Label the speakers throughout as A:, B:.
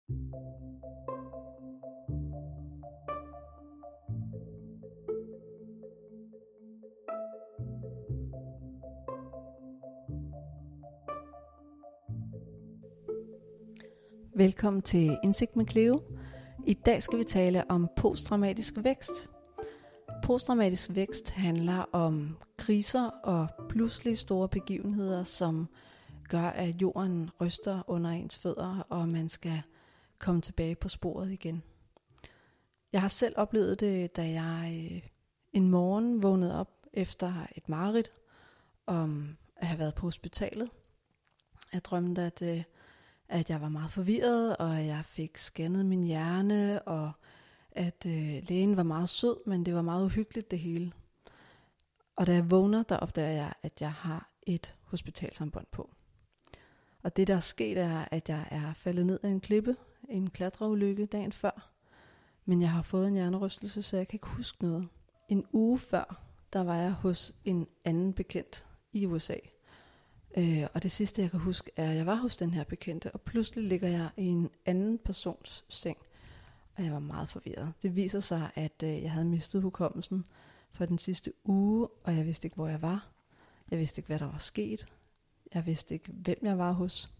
A: Velkommen til Indsigt med Cleo. I dag skal vi tale om posttraumatisk vækst. Posttraumatisk vækst handler om kriser og pludselige store begivenheder, som gør, at jorden ryster under ens fødder, og man skal komme tilbage på sporet igen. Jeg har selv oplevet det, da jeg en morgen vågnede op efter et mareridt om at have været på hospitalet. Jeg drømte, at jeg var meget forvirret, og jeg fik scannet min hjerne, og at lægen var meget sød, men det var meget uhyggeligt det hele. Og da jeg vågner, der opdager jeg, at jeg har et hospitalsarmbånd på. Og det der er sket er, at jeg er faldet ned ad en klippe, en klatreulykke dagen før. Men jeg har fået en hjernerystelse, så jeg kan ikke huske noget. En uge før, der var jeg hos en anden bekendt i USA. Og det sidste jeg kan huske er, at jeg var hos den her bekendte, og pludselig ligger jeg i en anden persons seng, og jeg var meget forvirret. Det viser sig, at jeg havde mistet hukommelsen for den sidste uge, og jeg vidste ikke, hvor jeg var. Jeg vidste ikke, hvad der var sket. Jeg vidste ikke, hvem jeg var hos.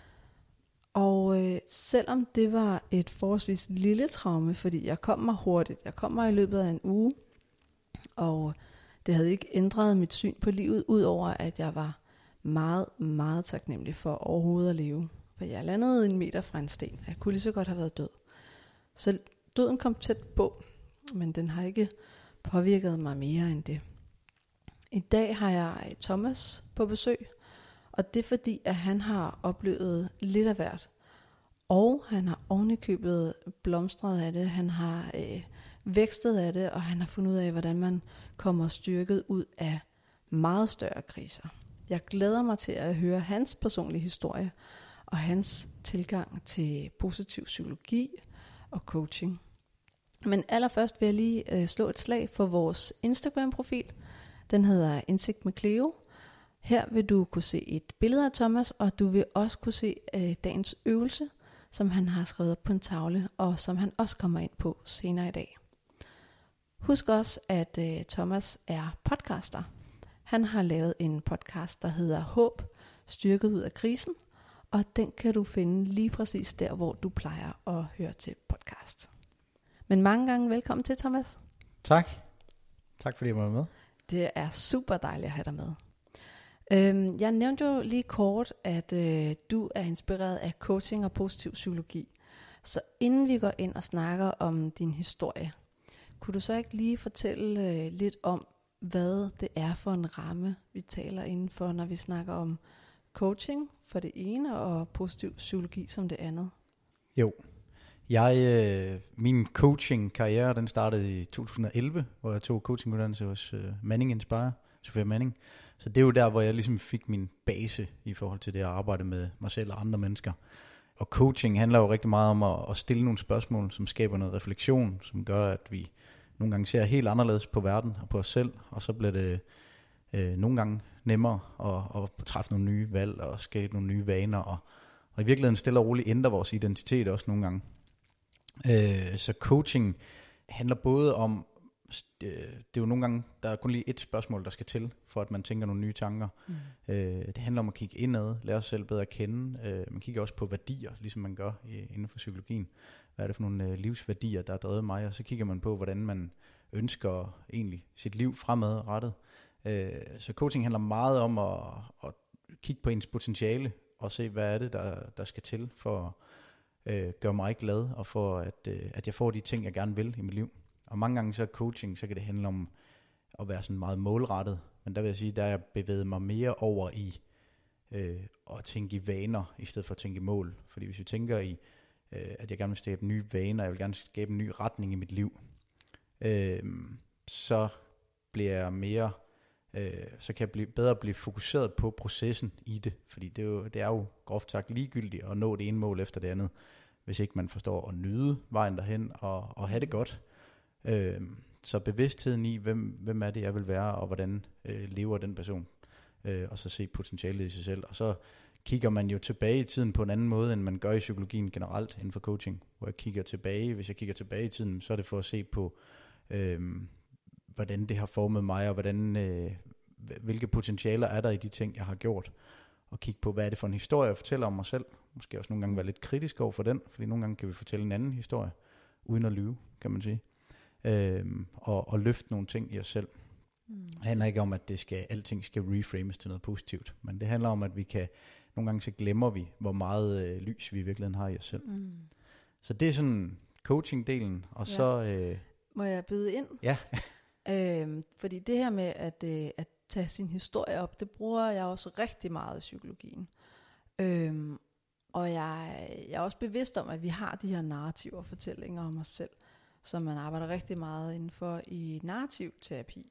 A: Og selvom det var et forholdsvis lille traume, fordi jeg kom mig hurtigt, jeg kom mig i løbet af en uge, og det havde ikke ændret mit syn på livet, udover at jeg var meget, meget taknemmelig for overhovedet at leve. For jeg landede 1 meter fra en sten, og jeg kunne lige så godt have været død. Så døden kom tæt på, men den har ikke påvirket mig mere end det. I dag har jeg Thomas på besøg, og det er fordi, at han har oplevet lidt af hvert. Og han har ovenikøbet blomstret af det, han har vækstet af det, og han har fundet ud af, hvordan man kommer styrket ud af meget større kriser. Jeg glæder mig til at høre hans personlige historie og hans tilgang til positiv psykologi og coaching. Men allerførst vil jeg lige slå et slag for vores Instagram-profil. Den hedder Indsigt med Cleo. Her vil du kunne se et billede af Thomas, og du vil også kunne se dagens øvelse, som han har skrevet op på en tavle, og som han også kommer ind på senere i dag. Husk også, at Thomas er podcaster. Han har lavet en podcast, der hedder Håb, styrket ud af krisen, og den kan du finde lige præcis der, hvor du plejer at høre til podcast. Men mange gange velkommen til, Thomas.
B: Tak. Tak fordi jeg var med.
A: Det er super dejligt at have dig med. Jeg nævnte jo lige kort, at du er inspireret af coaching og positiv psykologi. Så inden vi går ind og snakker om din historie, kunne du så ikke lige fortælle lidt om, hvad det er for en ramme, vi taler indenfor, når vi snakker om coaching for det ene, og positiv psykologi som det andet?
B: Jo, min coaching-karriere, den startede i 2011, hvor jeg tog coachinguddannelse hos Manning Inspire, Sofia Manning. Så det er jo der, hvor jeg ligesom fik min base i forhold til det at arbejde med mig selv og andre mennesker. Og coaching handler jo rigtig meget om at stille nogle spørgsmål, som skaber noget refleksion, som gør, at vi nogle gange ser helt anderledes på verden og på os selv, og så bliver det nogle gange nemmere at træffe nogle nye valg og skabe nogle nye vaner, og i virkeligheden stille og roligt ændre vores identitet også nogle gange. Så coaching handler både om, det er jo nogle gange, der er kun lige et spørgsmål, der skal til, for at man tænker nogle nye tanker. Det handler om at kigge indad, lære sig selv bedre at kende. Man kigger også på værdier, ligesom man gør inden for psykologien. Hvad er det for nogle livsværdier, der har drevet mig? Og så kigger man på, hvordan man ønsker egentlig sit liv fremadrettet. Så coaching handler meget om at kigge på ens potentiale, og se, hvad er det, der skal til for at gøre mig glad, og for at jeg får de ting, jeg gerne vil i mit liv. Og mange gange så er coaching, så kan det handle om at være sådan meget målrettet. Men der vil jeg sige, der er jeg bevæget mig mere over i at tænke i vaner, i stedet for at tænke i mål. Fordi hvis vi tænker i, at jeg gerne vil skabe nye vaner, jeg vil gerne skabe en ny retning i mit liv, så bliver jeg mere, så kan jeg bedre blive fokuseret på processen i det. Fordi det er jo groft sagt ligegyldigt at nå det ene mål efter det andet, hvis ikke man forstår at nyde vejen derhen og have det godt. Så bevidstheden i, hvem er det, jeg vil være, og hvordan lever den person, og så se potentialet i sig selv. Og så kigger man jo tilbage i tiden på en anden måde, end man gør i psykologien generelt inden for coaching. Hvor jeg kigger tilbage, hvis jeg kigger tilbage i tiden, så er det for at se på, hvordan det har formet mig, og hvilke potentialer er der i de ting, jeg har gjort. Og kigge på, hvad er det for en historie, jeg fortæller om mig selv. Måske også nogle gange være lidt kritisk over for den, fordi nogle gange kan vi fortælle en anden historie, uden at lyve, kan man sige. Og løfte nogle ting i os selv. Det handler ikke om, at alting skal reframes til noget positivt, men det handler om, at vi kan, nogle gange så glemmer vi, hvor meget lys vi i virkeligheden har i os selv. Så det er sådan coaching-delen, og så...
A: Må jeg byde ind?
B: Ja.
A: Fordi det her med at tage sin historie op, det bruger jeg også rigtig meget i psykologien. Og jeg er også bevidst om, at vi har de her narrativer og fortællinger om os selv, som man arbejder rigtig meget indenfor i narrativ terapi.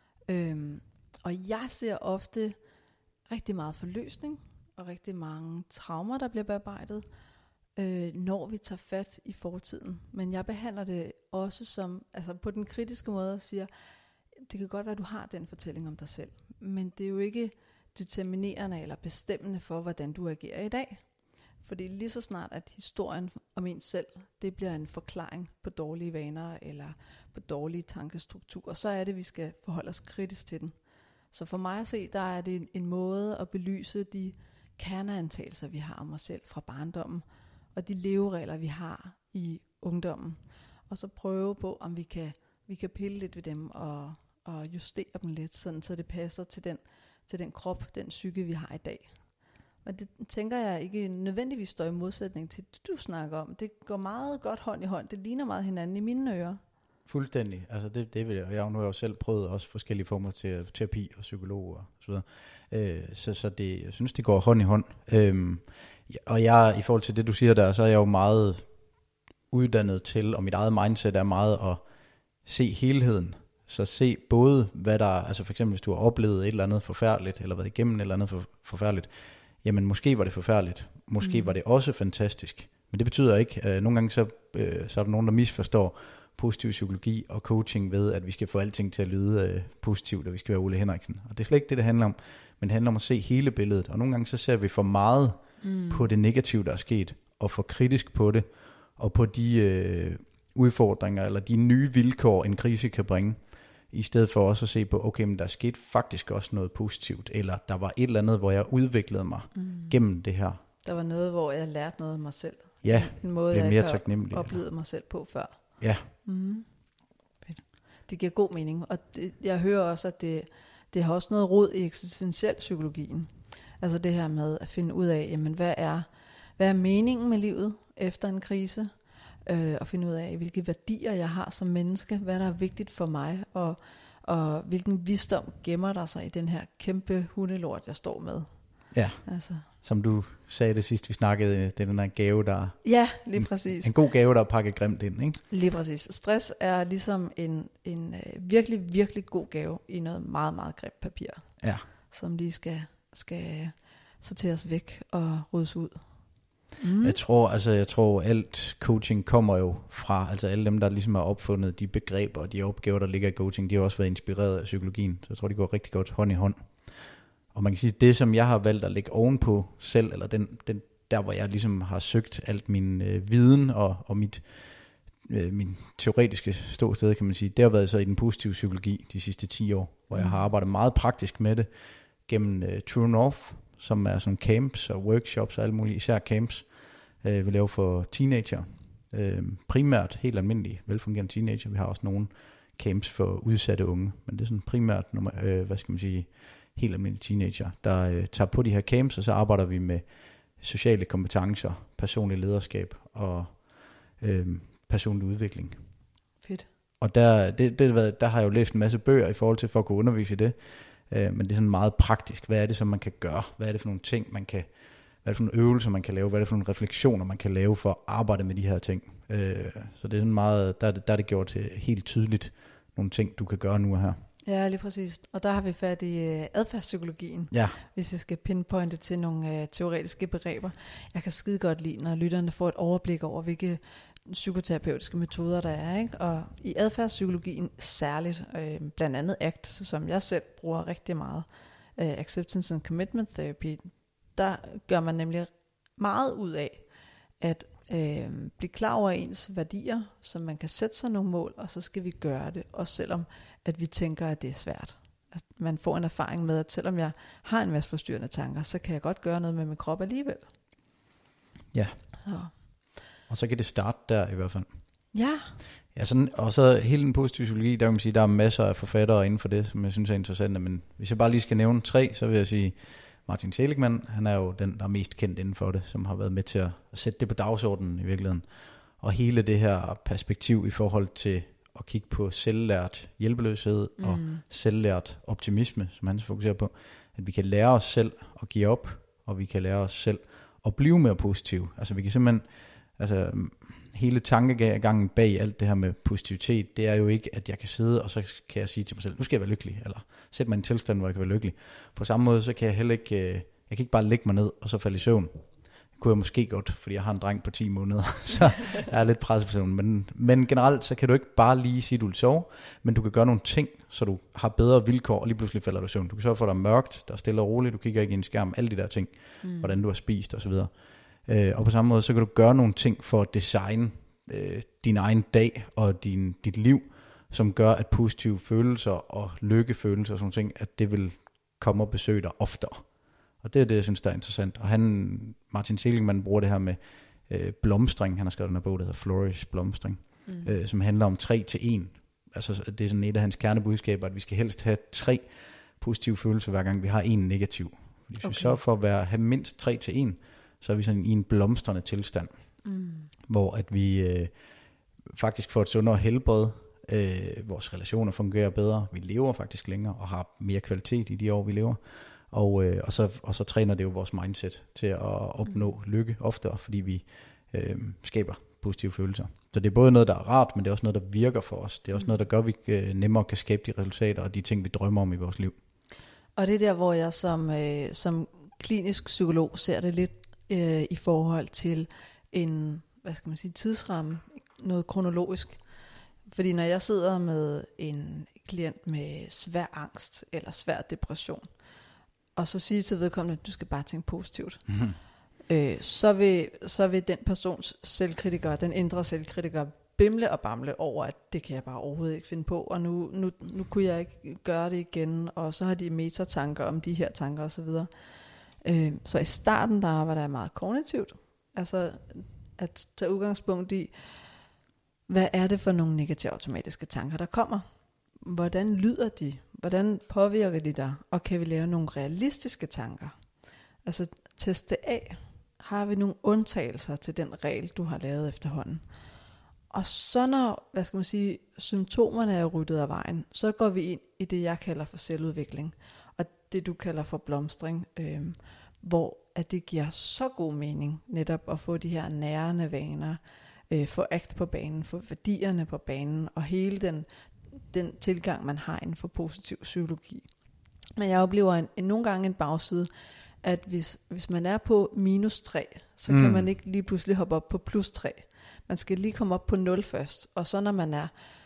A: Og jeg ser ofte rigtig meget forløsning og rigtig mange traumer, der bliver bearbejdet, når vi tager fat i fortiden. Men jeg behandler det også som, altså på den kritiske måde, og siger, det kan godt være, at du har den fortælling om dig selv, men det er jo ikke determinerende eller bestemmende for, hvordan du agerer i dag. Fordi lige så snart, at historien om en selv, det bliver en forklaring på dårlige vaner eller på dårlige tankestrukturer, så er det, vi skal forholde os kritisk til den. Så for mig at se, der er det en måde at belyse de kerneantagelser, vi har om os selv fra barndommen, og de leveregler, vi har i ungdommen. Og så prøve på, om vi kan pille lidt ved dem og justere dem lidt, sådan, så det passer til den krop, den psyke, vi har i dag. Og det tænker jeg ikke nødvendigvis står i modsætning til det, du snakker om. Det går meget godt hånd i hånd. Det ligner meget hinanden i mine ører. Fuldstændig.
B: Altså det vil jeg. Nu har jeg jo selv prøvet også forskellige former til terapi og psykolog og så videre. Så det, jeg synes, det går hånd i hånd. Og jeg, i forhold til det, du siger der, så er jeg jo meget uddannet til, og mit eget mindset er meget at se helheden. Så se både, hvad der, altså for eksempel hvis du har oplevet et eller andet forfærdeligt, eller været igennem et eller andet forfærdeligt, jamen måske var det forfærdeligt, måske var det også fantastisk, men det betyder ikke, nogle gange så er der nogen, der misforstår positiv psykologi og coaching ved, at vi skal få alting til at lyde positivt, og vi skal være Ole Henriksen, og det er slet ikke det handler om, men det handler om at se hele billedet, og nogle gange så ser vi for meget på det negative, der er sket, og for kritisk på det, og på de udfordringer, eller de nye vilkår, en krise kan bringe, i stedet for også at se på, okay, men der skete faktisk også noget positivt, eller der var et eller andet, hvor jeg udviklede mig gennem det her.
A: Der var noget, hvor jeg lærte noget af mig selv.
B: Ja,
A: en måde,
B: jeg
A: ikke har oplevet mig selv på før.
B: Ja.
A: Det giver god mening, og jeg hører også, at det har også noget rod i eksistentiel psykologien. Altså det her med at finde ud af, jamen, hvad er meningen med livet efter en krise? Og finde ud af, hvilke værdier jeg har som menneske, hvad der er vigtigt for mig, og hvilken visdom gemmer der sig i den her kæmpe hundelort, jeg står med.
B: Ja, altså. Som du sagde det sidst, vi snakkede, det er den her gave, der...
A: Ja, lige præcis.
B: En god gave, der er pakket grimt ind, ikke?
A: Lige præcis. Stress er ligesom en virkelig, virkelig god gave i noget meget, meget grimt papir.
B: Ja.
A: Som lige skal sorteres væk og ryddes ud.
B: Jeg tror alt coaching kommer jo fra, altså alle dem, der ligesom har opfundet de begreber og de opgaver, der ligger i coaching, de har også været inspireret af psykologien, så jeg tror, de går rigtig godt hånd i hånd. Og man kan sige, det som jeg har valgt at lægge ovenpå selv, eller den der hvor jeg ligesom har søgt alt min viden og min teoretiske ståsted, kan man sige, det har været så i den positive psykologi de sidste 10 år, hvor jeg har arbejdet meget praktisk med det gennem True North, som er sådan camps og workshops og alt muligt, især camps, vi laver for teenager. Primært helt almindelige, velfungerende teenager. Vi har også nogle camps for udsatte unge, men det er sådan primært, helt almindelige teenager, der tager på de her camps, og så arbejder vi med sociale kompetencer, personlig lederskab og personlig udvikling.
A: Fedt.
B: Og der har jeg jo læst en masse bøger i forhold til for at kunne undervise i det. Men det er sådan meget praktisk. Hvad er det, som man kan gøre? Hvad er det for nogle ting, man kan... Hvad er det for nogle øvelser, man kan lave? Hvad er det for nogle refleksioner, man kan lave for at arbejde med de her ting? Så det er sådan meget... Der er det gjort til helt tydeligt nogle ting, du kan gøre nu og her.
A: Ja, lige præcis. Og der har vi fat i adfærdspsykologien, hvis vi skal pinpointe til nogle teoretiske begreber. Jeg kan skide godt lide, når lytterne får et overblik over, hvilke psykoterapeutiske metoder der er, ikke? Og i adfærdspsykologien særligt, blandt andet ACT, som jeg selv bruger rigtig meget, Acceptance and Commitment Therapy, der gør man nemlig meget ud af at blive klar over ens værdier, så man kan sætte sig nogle mål, og så skal vi gøre det, også selvom at vi tænker, at det er svært. At man får en erfaring med, at selvom jeg har en masse forstyrrende tanker, så kan jeg godt gøre noget med min krop alligevel.
B: Ja.
A: Så.
B: Og så kan det starte der i hvert fald.
A: Ja.
B: Ja, sådan, og så hele den positive psykologi, der kan man sige, der er masser af forfattere inden for det, som jeg synes er interessante, men hvis jeg bare lige skal nævne 3, så vil jeg sige, Martin Seligman, han er jo den, der er mest kendt inden for det, som har været med til at sætte det på dagsordenen i virkeligheden. Og hele det her perspektiv i forhold til at kigge på selvlært hjælpeløshed og selvlært optimisme, som han fokuserer på, at vi kan lære os selv at give op, og vi kan lære os selv at blive mere positive. Altså vi kan simpelthen, altså hele tankegangen bag alt det her med positivitet, det er jo ikke, at jeg kan sidde, og så kan jeg sige til mig selv, nu skal jeg være lykkelig, eller sætte mig i en tilstand, hvor jeg kan være lykkelig. På samme måde, så kan jeg heller ikke, jeg kan ikke bare lægge mig ned, og så falde i søvn. Det kunne jeg måske godt, fordi jeg har en dreng på 10 måneder, så jeg er lidt presset på søvn. Men generelt, så kan du ikke bare lige sige, at du vil sove, men du kan gøre nogle ting, så du har bedre vilkår, og lige pludselig falder du i søvn. Du kan sørge for, at der er mørkt, der er stille og roligt, du kigger ikke i en skærm, alle de der ting, hvordan du har spist osv. Og på samme måde, så kan du gøre nogle ting for at designe din egen dag og dit liv, som gør, at positive følelser og lykkefølelser og sådan ting, at det vil komme og besøge dig oftere. Og det er det, jeg synes, der er interessant. Og Martin Seligman bruger det her med blomstring. Han har skrevet den her bog, der hedder Flourish Blomstring, som handler om 3-1. Altså det er sådan et af hans kernebudskaber, at vi skal helst have 3 positive følelser, hver gang vi har en negativ. Hvis vi sørger for at have mindst 3-1, så er vi sådan i en blomstrende tilstand, hvor at vi faktisk får et sundere helbred, vores relationer fungerer bedre, vi lever faktisk længere og har mere kvalitet i de år, vi lever, og så træner det jo vores mindset til at opnå lykke oftere, fordi vi skaber positive følelser. Så det er både noget, der er rart, men det er også noget, der virker for os. Det er også noget, der gør, at vi nemmere kan skabe de resultater og de ting, vi drømmer om i vores liv.
A: Og det er der, hvor jeg som klinisk psykolog ser det lidt i forhold til en, tidsramme, noget kronologisk. Fordi når jeg sidder med en klient med svær angst eller svær depression, og så siger til vedkommende, at du skal bare tænke positivt, så vil den persons selvkritiker, den indre selvkritiker, bimle og bamle over, at det kan jeg bare overhovedet ikke finde på, og nu kunne jeg ikke gøre det igen, og så har de metatanker om de her tanker osv. Så i starten, der arbejder jeg meget kognitivt, altså at tage udgangspunkt i, hvad er det for nogle negative automatiske tanker, der kommer? Hvordan lyder de? Hvordan påvirker de dig? Og kan vi lave nogle realistiske tanker? Altså teste af, har vi nogle undtagelser til den regel, du har lavet efterhånden? Og så når, symptomerne er ryddet af vejen, så går vi ind i det, jeg kalder for selvudvikling. Og det, du kalder for blomstring, hvor at det giver så god mening netop at få de her nærende vaner, få ACT på banen, få værdierne på banen, og hele den tilgang, man har inden for positiv psykologi. Men jeg oplever nogle gange en bagside, at hvis man er på -3, så kan man ikke lige pludselig hoppe op på +3. Man skal lige komme op på 0 først, og så når man er,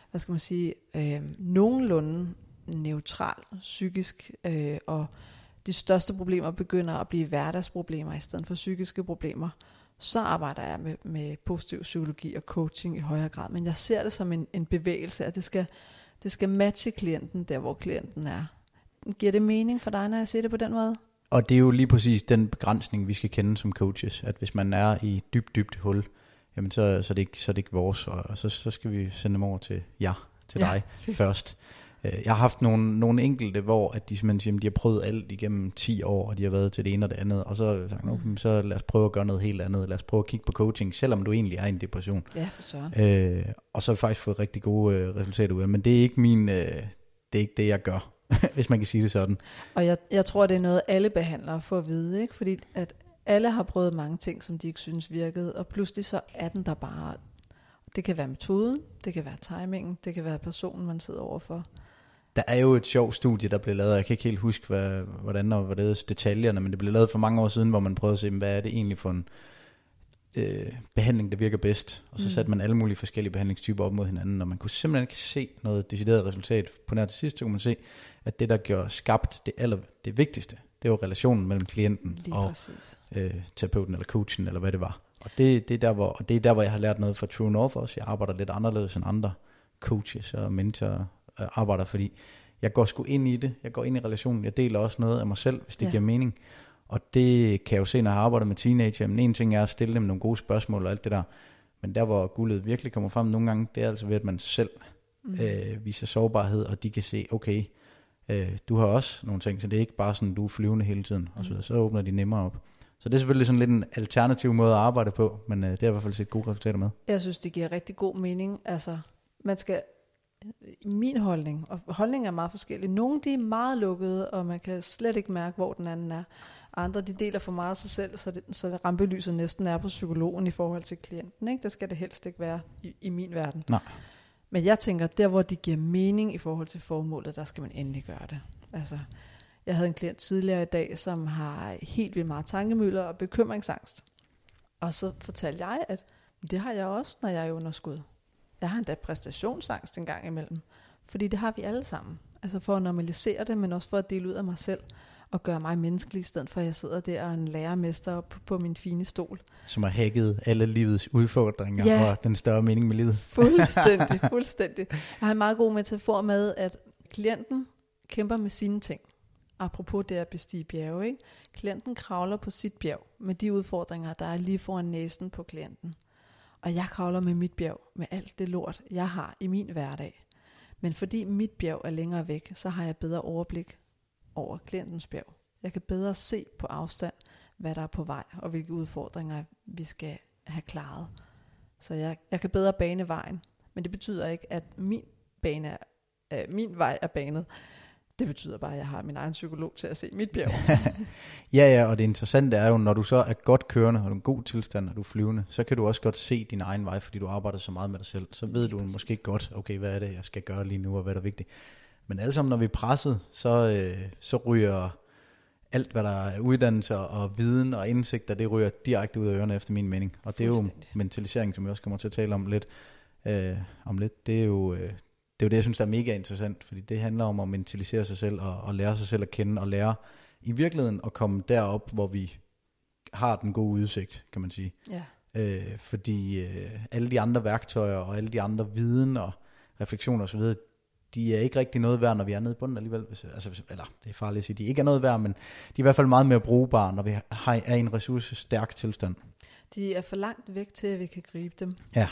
A: nogenlunde neutral psykisk, og de største problemer begynder at blive hverdagsproblemer i stedet for psykiske problemer, så arbejder jeg med positiv psykologi og coaching i højere grad. Men jeg ser det som en bevægelse, at det skal matche klienten der, hvor klienten er. Giver det mening for dig, når jeg siger det på den måde?
B: Og det er jo lige præcis den begrænsning, vi skal kende som coaches, at hvis man er i dybt hul, jamen så er det ikke vores, og så skal vi sende dem over til dig først. Jeg har haft nogle enkelte, hvor at de simpelthen siger, at de har prøvet alt igennem 10 år, og de har været til det ene og det andet, og så har jeg sagt, så lad os prøve at gøre noget helt andet, lad os prøve at kigge på coaching, selvom du egentlig er i en depression.
A: Ja, for søren.
B: Og så har jeg faktisk fået rigtig gode resultater ud af, men det er ikke det er ikke det, jeg gør, hvis man kan sige det sådan. Og
A: jeg tror, det er noget, alle behandlere får at vide, ikke? Fordi at alle har prøvet mange ting, som de ikke synes virkede, og pludselig så er den der bare. Det kan være metoden, det kan være timingen, det kan være personen, man sidder overfor.
B: Der er jo et sjovt studie, der blev lavet, jeg kan ikke helt huske, hvordan og hvorledes detaljerne, men det blev lavet for mange år siden, hvor man prøvede at se, hvad er det egentlig for en behandling, der virker bedst. Og så satte man alle mulige forskellige behandlingstyper op mod hinanden, og man kunne simpelthen ikke se noget decideret resultat. På nær til sidst, så kunne man se, at det, der gjorde skabt det vigtigste, Det var relationen mellem klienten og terapeuten eller coachen, eller hvad det var. Og det er der, hvor jeg har lært noget fra True North også. Jeg arbejder lidt anderledes end andre coaches og mentorer arbejder, fordi jeg går sgu ind i det. Jeg går ind i relationen. Jeg deler også noget af mig selv, hvis det giver mening. Og det kan jeg jo se, når jeg arbejder med teenager. Men en ting er at stille dem nogle gode spørgsmål og alt det der. Men der, hvor guldet virkelig kommer frem nogle gange, det er altså ved, at man selv viser sårbarhed, og de kan se, okay, du har også nogle ting, så det er ikke bare sådan, du er flyvende hele tiden, og så åbner de nemmere op. Så det er selvfølgelig sådan lidt en alternativ måde at arbejde på, men det har i hvert fald set gode resultater med.
A: Jeg synes, det giver rigtig god mening. Altså, man skal, min holdning, og holdningen er meget forskellig. Nogle de er meget lukkede, og man kan slet ikke mærke, hvor den anden er. Andre de deler for meget af sig selv, så rampelyset næsten er på psykologen i forhold til klienten. Ikke? Det skal det helst ikke være i min verden.
B: Nej.
A: Men jeg tænker, der hvor det giver mening i forhold til formålet, der skal man endelig gøre det. Altså, jeg havde en klient tidligere i dag, som har helt vildt meget tankemylder og bekymringsangst. Og så fortalte jeg, at det har jeg også, når jeg er i underskud. Jeg har endda præstationsangst en gang imellem. Fordi det har vi alle sammen. Altså for at normalisere det, men også for at dele ud af mig selv. Og gøre mig menneskelig, i stedet for at jeg sidder der og en lærermester på min fine stol.
B: Som har hacket alle livets udfordringer og den større mening med livet.
A: Fuldstændig. Jeg har en meget god metafor med, at klienten kæmper med sine ting. Apropos det at bestige bjerge, ikke? Klienten kravler på sit bjerg med de udfordringer, der er lige foran næsen på klienten. Og jeg kravler med mit bjerg, med alt det lort, jeg har i min hverdag. Men fordi mit bjerg er længere væk, så har jeg bedre overblik over klientens bjerg. Jeg kan bedre se på afstand, hvad der er på vej, og hvilke udfordringer vi skal have klaret. Så jeg kan bedre bane vejen. Men det betyder ikke, at min vej er banet. Det betyder bare, at jeg har min egen psykolog til at se mit bjerg.
B: Ja, og det interessante er jo, når du så er godt kørende, og du er en god tilstand, og du er flyvende, så kan du også godt se din egen vej, fordi du arbejder så meget med dig selv. Så ved du måske godt, okay, hvad er det, jeg skal gøre lige nu, og hvad er der vigtigt. Men alle sammen, når vi er presset, så ryger alt, hvad der er uddannelse og viden og indsigter, det ryger direkte ud af ørerne efter min mening. Og det er jo mentalisering, som vi også kommer til at tale om lidt. Det er jo det, jeg synes, der er mega interessant, fordi det handler om at mentalisere sig selv og lære sig selv at kende og lære i virkeligheden at komme derop, hvor vi har den gode udsigt, kan man sige.
A: Ja.
B: Fordi alle de andre værktøjer og alle de andre viden og refleksioner osv., de er ikke rigtig noget værd, når vi er nede i bunden alligevel. Eller det er farligt at sige, de ikke er noget værd, men de er i hvert fald meget mere brugbare, når vi er i en ressourcestærk tilstand. De
A: er for langt væk til, at vi kan gribe dem.
B: Ja.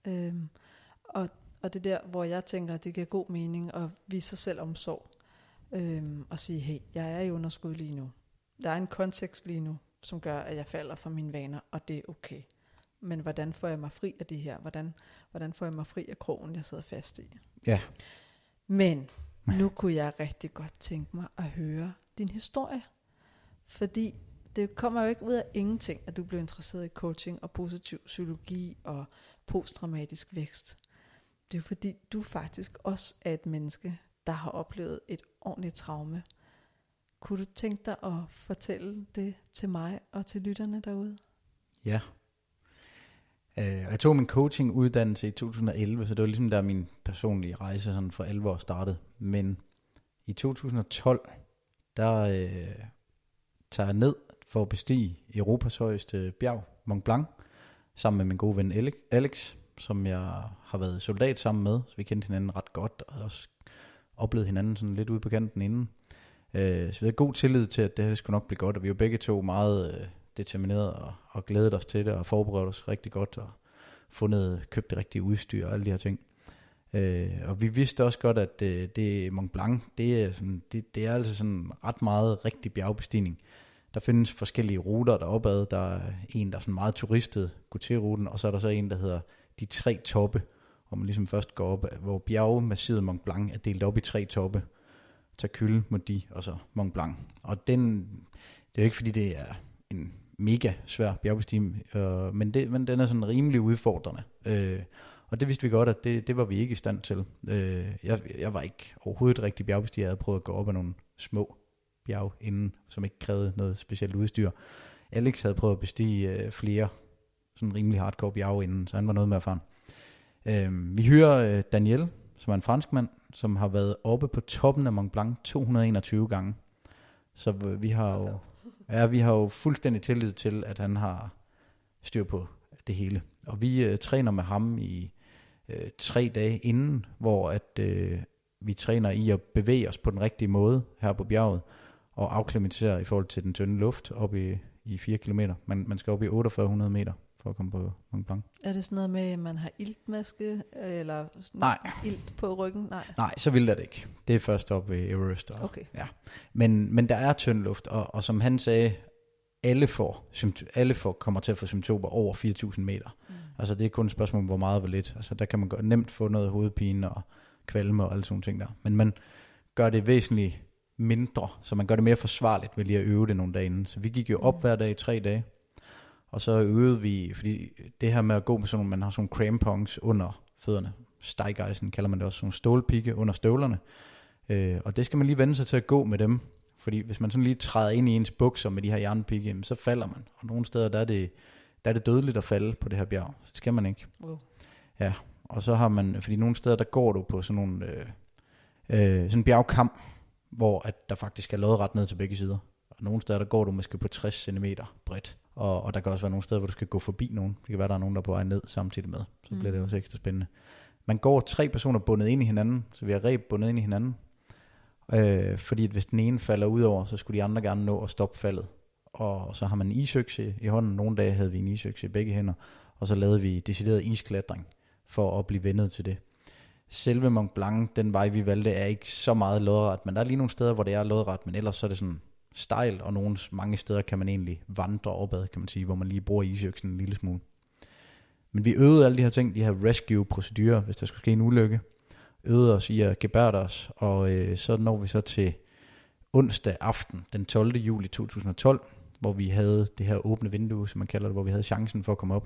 A: Og det der, hvor jeg tænker, at det giver god mening at vise sig selv omsorg. Og sige, hey, jeg er i underskud lige nu. Der er en kontekst lige nu, som gør, at jeg falder fra mine vaner, og det er okay. Men hvordan får jeg mig fri af det her? Hvordan får jeg mig fri af krogen, jeg sidder fast i?
B: Ja.
A: Men nu kunne jeg rigtig godt tænke mig at høre din historie. Fordi det kommer jo ikke ud af ingenting, at du blev interesseret i coaching og positiv psykologi og posttraumatisk vækst. Det er jo fordi, du faktisk også er et menneske, der har oplevet et ordentligt traume. Kunne du tænke dig at fortælle det til mig og til lytterne derude?
B: Ja. Jeg tog min coachinguddannelse i 2011, så det var ligesom der min personlige rejse sådan for 11 år startede. Men i 2012, der tager jeg ned for at bestige Europas højeste bjerg, Mont Blanc, sammen med min gode ven Alex, som jeg har været soldat sammen med, så vi kendte hinanden ret godt, og også oplevet hinanden sådan lidt ude på kanten inden. Så vi havde god tillid til, at det her skulle nok blive godt, og vi var begge to meget determineret og glædet os til det, og forberedt os rigtig godt, og købt det rigtige udstyr og alle de her ting. Og vi vidste også godt, at det Mont Blanc, det er altså sådan ret meget rigtig bjergbestigning. Der findes forskellige ruter deropad. Der er en, der er sådan meget turistet, går til ruten, og så er der så en, der hedder de 3 toppe, hvor man ligesom først går op, hvor bjergmassivet Mont Blanc er delt op i 3 toppe. Tercule, Maudit og så Mont Blanc. Og det er jo ikke fordi det er en mega svær bjergbestigning, men den er sådan rimelig udfordrende. Og det vidste vi godt, at det var vi ikke i stand til. Jeg var ikke overhovedet rigtig bjergbestiger. Jeg havde prøvet at gå op ad nogle små bjerge inden, som ikke krævede noget specielt udstyr. Alex havde prøvet at bestige flere sådan rimelig hardcore bjerge inden, så han var noget med erfaren. Vi hører Daniel, som er en franskmand, som har været oppe på toppen af Mont Blanc 221 gange. Så vi har jo fuldstændig tillid til, at han har styr på det hele. Og vi træner med ham i 3 dage inden, hvor at vi træner i at bevæge os på den rigtige måde her på bjerget, og afklimatisere i forhold til den tynde luft op i 4 kilometer. Man skal op i 4800 meter for at komme på Mont Blanc.
A: Er det sådan noget med, at man har iltmaske, eller ilt på ryggen?
B: Nej, så vil det ikke. Det er først op ved Everest.
A: Okay.
B: Ja. Men der er tynd luft, og som han sagde, alle kommer til at få symptomer over 4.000 meter. Altså det er kun et spørgsmål om, hvor meget og hvor lidt. Altså der kan man nemt få noget hovedpine og kvalme og alle sådan ting der. Men man gør det væsentligt mindre, så man gør det mere forsvarligt ved lige at øve det nogle dage inden. Så vi gik jo op hver dag i 3 dage, og så øvede vi, fordi det her med at gå med sådan, man har sådan crampons under fødderne, steigeisen kalder man det også, sådan stålpigge under støvlerne, og det skal man lige vende sig til at gå med dem, fordi hvis man sådan lige træder ind i ens bukser med de her jernpigge, så falder man, og nogle steder der er det dødeligt at falde på det her bjerg, så skal man ikke. Ja, og så har man, fordi nogle steder der går du på sådan nogle sådan en bjergkam, hvor at der faktisk er lodret ned til begge sider. Og nogle steder, der går du måske på 60 cm bredt. Og der kan også være nogle steder, hvor du skal gå forbi nogen. Det kan være, der er nogen, der er på vej ned samtidig med. Så bliver det også ekstra spændende. Man går 3 personer bundet ind i hinanden, så vi har reb bundet ind i hinanden. Fordi at hvis den ene falder ud over, så skulle de andre gerne nå at stoppe faldet. Og så har man en isøkse i hånden. Nogle dage havde vi en isøkse i begge hænder. Og så lavede vi decideret isklatring for at blive vendet til det. Selve Mont Blanc, den vej vi valgte, er ikke så meget lodret, men der er lige nogle steder, hvor det er lodret, men ellers så er det sådan stejlt, og mange steder kan man egentlig vandre opad, kan man sige, hvor man lige bruger isøksen en lille smule. Men vi øvede alle de her ting, de her rescue-procedurer, hvis der skulle ske en ulykke. Øvede os i at gebærde os, og så når vi så til onsdag aften, den 12. juli 2012, hvor vi havde det her åbne vindue, som man kalder det, hvor vi havde chancen for at komme op.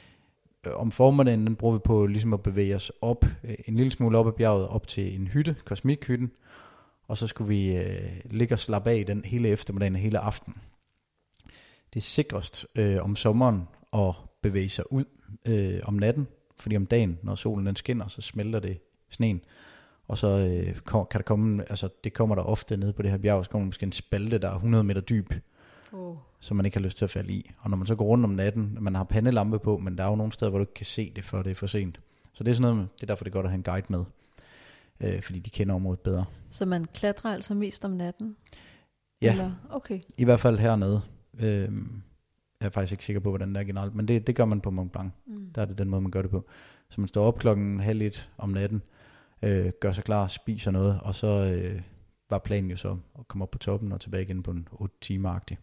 B: Om formiddagen, den bruger vi på ligesom at bevæge os op, en lille smule op ad bjerget, op til en hytte, kosmikhytten, og så skulle vi ligge og slappe af den hele eftermiddagen og hele aften. Det er sikrest om sommeren at bevæge sig ud om natten, fordi om dagen, når solen den skinner, så smelter det sneen, og så kan der komme, altså det kommer der ofte ned på det her bjerg, så kommer der måske en spalte, der er 100 meter dyb, som man ikke har lyst til at falde i. Og når man så går rundt om natten, man har pandelampe på, men der er jo nogle steder, hvor du ikke kan se det, før det er for sent. Så det er sådan noget, det er derfor det er godt at have en guide med, fordi de kender området bedre.
A: Så man klatrer altså mest om natten?
B: Ja,
A: eller? Okay.
B: I hvert fald hernede. Jeg er faktisk ikke sikker på, hvordan det er generelt, men det gør man på Mont Blanc. Der er det den måde, man gør det på. Så man står op 12:30 om natten, gør sig klar, spiser noget, og så var planen jo så at komme op på toppen og tilbage igen på en 8 timer-agtig.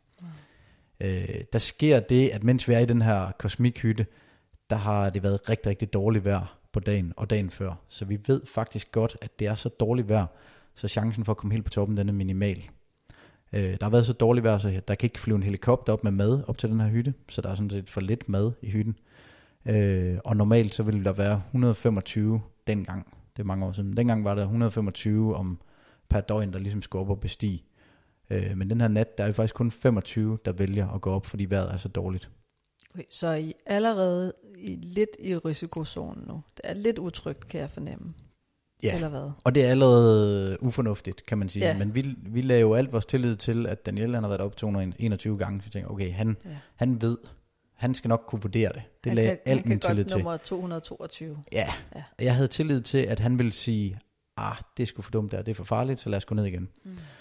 B: Der sker det, at mens vi er i den her kosmikhytte, der har det været rigtig, rigtig dårligt vejr på dagen og dagen før. Så vi ved faktisk godt, at det er så dårligt vejr, så chancen for at komme helt på toppen, den er minimal. Der har været så dårligt vejr, så der kan ikke flyve en helikopter op med mad op til den her hytte, så der er sådan set for lidt mad i hytten. Og normalt så ville der være 125 dengang, det er mange år siden. Dengang var der 125 per døgn, der ligesom skulle op og bestige. Men den her nat, der er jo faktisk kun 25, der vælger at gå op, fordi vejret er så dårligt.
A: Okay, så I allerede lidt i risikozonen nu. Det er lidt utrygt, kan jeg fornemme.
B: Ja,
A: eller hvad? Og
B: det er allerede ufornuftigt, kan man sige. Ja. Men vi lader jo alt vores tillid til, at Daniel han har været op 221 gange. Så jeg tænker, okay, han ved, han skal nok kunne vurdere det. Det lagde alt min tillid til.
A: Han kan godt nummer 222.
B: Ja, jeg havde tillid til, at han ville sige, det er sgu for dumt der, det er for farligt, så lad os gå ned igen.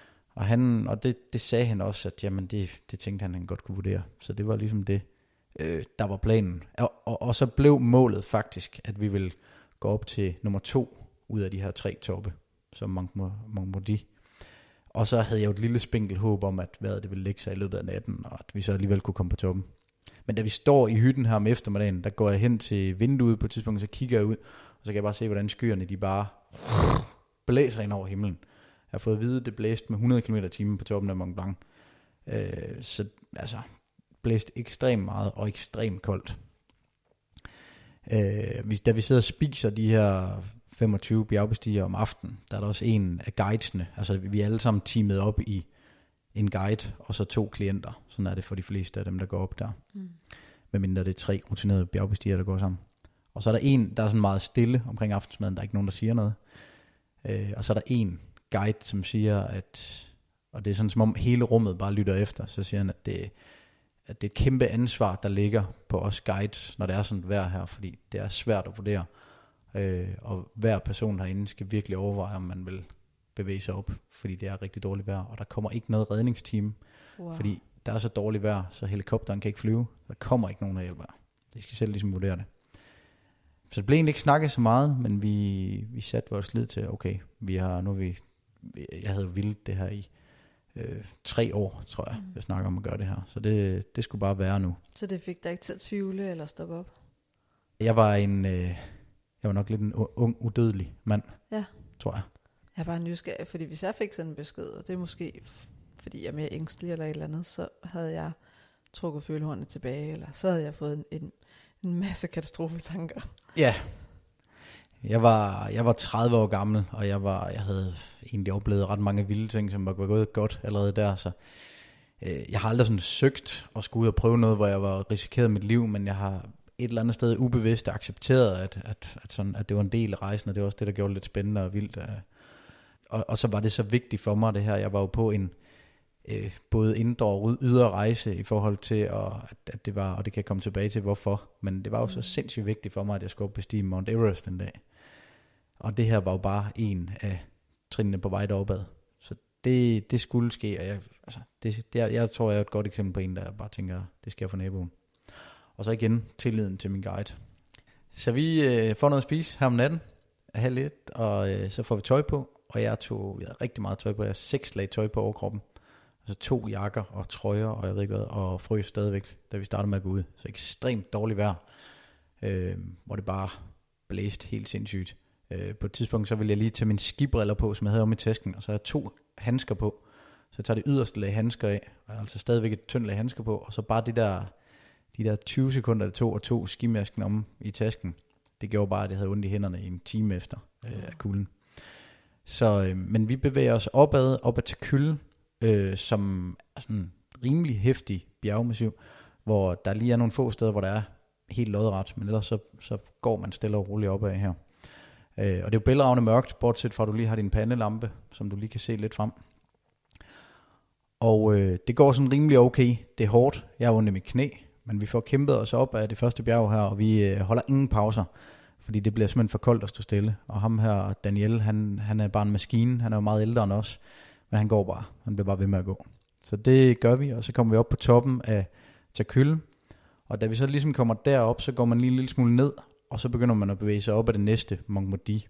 B: Og det sagde han også, at jamen det tænkte han godt kunne vurdere. Så det var ligesom det, der var planen. Og så blev målet faktisk, at vi ville gå op til nummer 2 ud af de her 3 toppe, som Mont Maudit. Og så havde jeg jo et lille spinkelt håb om, at vejret det ville lægge sig i løbet af natten, og at vi så alligevel kunne komme på toppen. Men da vi står i hytten her om eftermiddagen, der går jeg hen til vinduet på et tidspunkt, så kigger jeg ud, og så kan jeg bare se, hvordan skyerne de bare blæser ind over himlen. Jeg har fået at vide, at det blæste med 100 km/t på toppen af Mont Blanc. Så altså, blæste ekstremt meget og ekstremt koldt. Da vi sidder og spiser de her 25 bjergbestigere om aftenen, der er der også en af guidesne. Altså vi er alle sammen teamet op i en guide, og så 2 klienter. Sådan er det for de fleste af dem, der går op der. Medmindre det er 3 rutinerede bjergbestigere, der går sammen. Og så er der en, der er sådan meget stille omkring aftensmaden. Der er ikke nogen, der siger noget. Og så er der en guide, som siger, at Og det er sådan, som om hele rummet bare lytter efter. Så siger han, at det er et kæmpe ansvar, der ligger på os guides, når det er sådan et vejr her, fordi det er svært at vurdere. Og hver person herinde skal virkelig overveje, om man vil bevæge sig op, fordi det er rigtig dårligt vejr, og der kommer ikke noget redningsteam, fordi der er så dårligt vejr, så helikopteren kan ikke flyve. Der kommer ikke nogen, der hjælper. De skal selv ligesom vurdere det. Så det blev egentlig ikke snakket så meget, men vi satte vores lid til, okay, jeg havde vildt det her i 3 år, tror jeg snakker om at gøre det her. Så det skulle bare være nu.
A: Så det fik dig ikke til at tvivle eller stoppe op?
B: Jeg var nok lidt en ung, udødelig mand, tror jeg.
A: Jeg er bare nysgerrig, fordi hvis jeg fik sådan en besked, og det er måske fordi jeg er mere ængstelig eller et eller andet, så havde jeg trukket følehornene tilbage, eller så havde jeg fået en masse katastrofetanker.
B: Ja. Jeg var 30 år gammel, og jeg havde egentlig oplevet ret mange vilde ting, som var gået godt allerede der, så jeg har aldrig sådan søgt at skulle ud og prøve noget, hvor jeg var risikeret mit liv, men jeg har et eller andet sted ubevidst accepteret, at det var en del af rejsen, og det var også det, der gjorde det lidt spændende og vildt. Og så var det så vigtigt for mig, det her. Jeg var jo på en både indre og ydre rejse i forhold til, at det var, og det kan jeg komme tilbage til, hvorfor. Men det var jo så sindssygt vigtigt for mig, at jeg skulle bestige Mount Everest en dag. Og det her var jo bare en af trinene på vej deropad. Så det skulle ske, og jeg tror, jeg er et godt eksempel på en, der bare tænker, det sker for naboen. Og så igen tilliden til min guide. Så vi får noget at spise her om natten af 12:30, og så får vi tøj på. Og jeg havde rigtig meget tøj på. Jeg havde 6 lag tøj på overkroppen. Altså 2 jakker og trøjer, og jeg ved ikke hvad, og frøs stadigvæk, da vi startede med at gå ud. Så ekstremt dårligt vejr, hvor det bare blæste helt sindssygt. På et tidspunkt, så ville jeg lige tage mine skibriller på, som jeg havde om i tasken, og så havde jeg 2 handsker på. Så jeg tager det yderste lag handsker af, og jeg har altså stadigvæk et tyndt lag handsker på, og så bare de der 20 sekunder, det tog, og 2 skimasken om i tasken. Det gjorde bare, at jeg havde ondt i hænderne i en time efter af kulden. Så, men vi bevæger os opad til Kylde, som er sådan en rimelig heftig bjergmassiv, hvor der lige er nogle få steder, hvor der er helt lodret, men ellers så går man stille og roligt opad her. Og det er jo bælragende mørkt, bortset fra at du lige har din pandelampe, som du lige kan se lidt frem. Og det går sådan rimelig okay. Det er hårdt. Jeg har ondt i mit knæ, men vi får kæmpet os op af det første bjerg her, og vi holder ingen pauser, fordi det bliver simpelthen for koldt at stå stille. Og ham her, Daniel, han er bare en maskine. Han er jo meget ældre end os, men han går bare. Han bliver bare ved med at gå. Så det gør vi, og så kommer vi op på toppen af Takyle. Og da vi så ligesom kommer derop, så går man lige en lille smule ned, og så begynder man at bevæge sig op af det næste, Mont Maudit.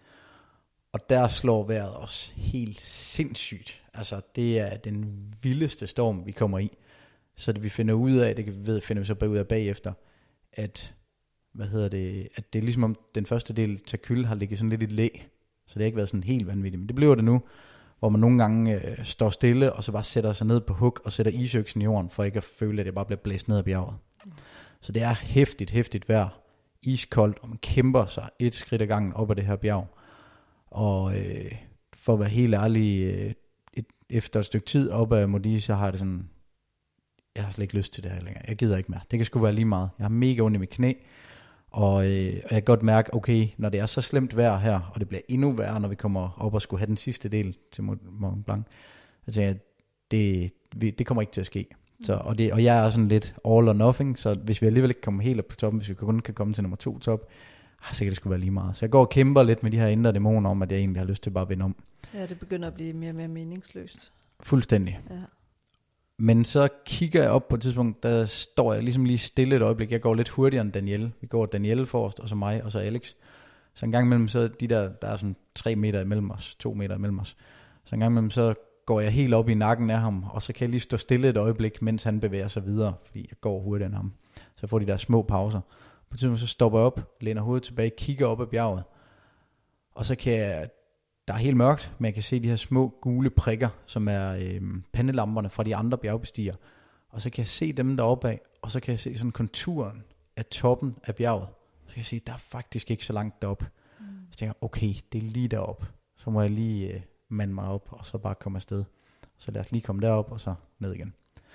B: Og der slår vejret os helt sindssygt. Altså, det er den vildeste storm, vi kommer i. Så det vi finder ud af, finder vi så ud af bagefter, at at det er ligesom om den første del Takyle har ligget sådan lidt i et læ. Så det har ikke været sådan helt vanvittigt, men det bliver det nu, hvor man nogle gange står stille, og så bare sætter sig ned på hug og sætter isøksen i jorden, for ikke at føle, at det bare bliver blæst ned ad bjerget. Så det er hæftigt vejr, iskoldt, og man kæmper sig et skridt ad gangen op ad det her bjerg. Og for at være helt ærlig, efter et stykke tid op ad Maudit, så har det sådan, jeg har slet ikke lyst til det her længere. Jeg gider ikke mere. Det kan sgu være lige meget. Jeg har mega ondt i mit knæ, og jeg kan godt mærke, okay, når det er så slemt vejr her, og det bliver endnu værre, når vi kommer op og skulle have den sidste del til Mont Blanc, så tænker jeg, det kommer ikke til at ske. Så, og jeg er sådan lidt all or nothing, så hvis vi alligevel ikke kommer helt op på toppen, hvis vi kun kan komme til nummer 2 top, så kan det sgu være lige meget. Så jeg går og kæmper lidt med de her indre dæmoner om, at jeg egentlig har lyst til bare at vinde om.
A: Ja, det begynder at blive mere og mere meningsløst.
B: Fuldstændig. Ja. Men så kigger jeg op på et tidspunkt, der står jeg ligesom lige stille et øjeblik. Jeg går lidt hurtigere end Daniel. Vi går Daniel forrest, og så mig, og så Alex. Så en gang imellem, så der er sådan 3 meter imellem os, 2 meter imellem os. Så en gang imellem, så går jeg helt op i nakken af ham, og så kan jeg lige stå stille et øjeblik, mens han bevæger sig videre, fordi jeg går hurtigere end ham. Så jeg får de der små pauser. På et tidspunkt, så stopper jeg op, læner hovedet tilbage, kigger op ad bjerget, og så kan jeg, der er helt mørkt, men jeg kan se de her små gule prikker, som er pandelamperne fra de andre bjergbestigere. Og så kan jeg se dem deroppe af, og så kan jeg se sådan konturen af toppen af bjerget. Så kan jeg se, der er faktisk ikke så langt derop. Så tænker jeg, okay, det er lige derop. Så må jeg lige mande mig op, og så bare komme afsted. Så lad os lige komme derop, og så ned igen.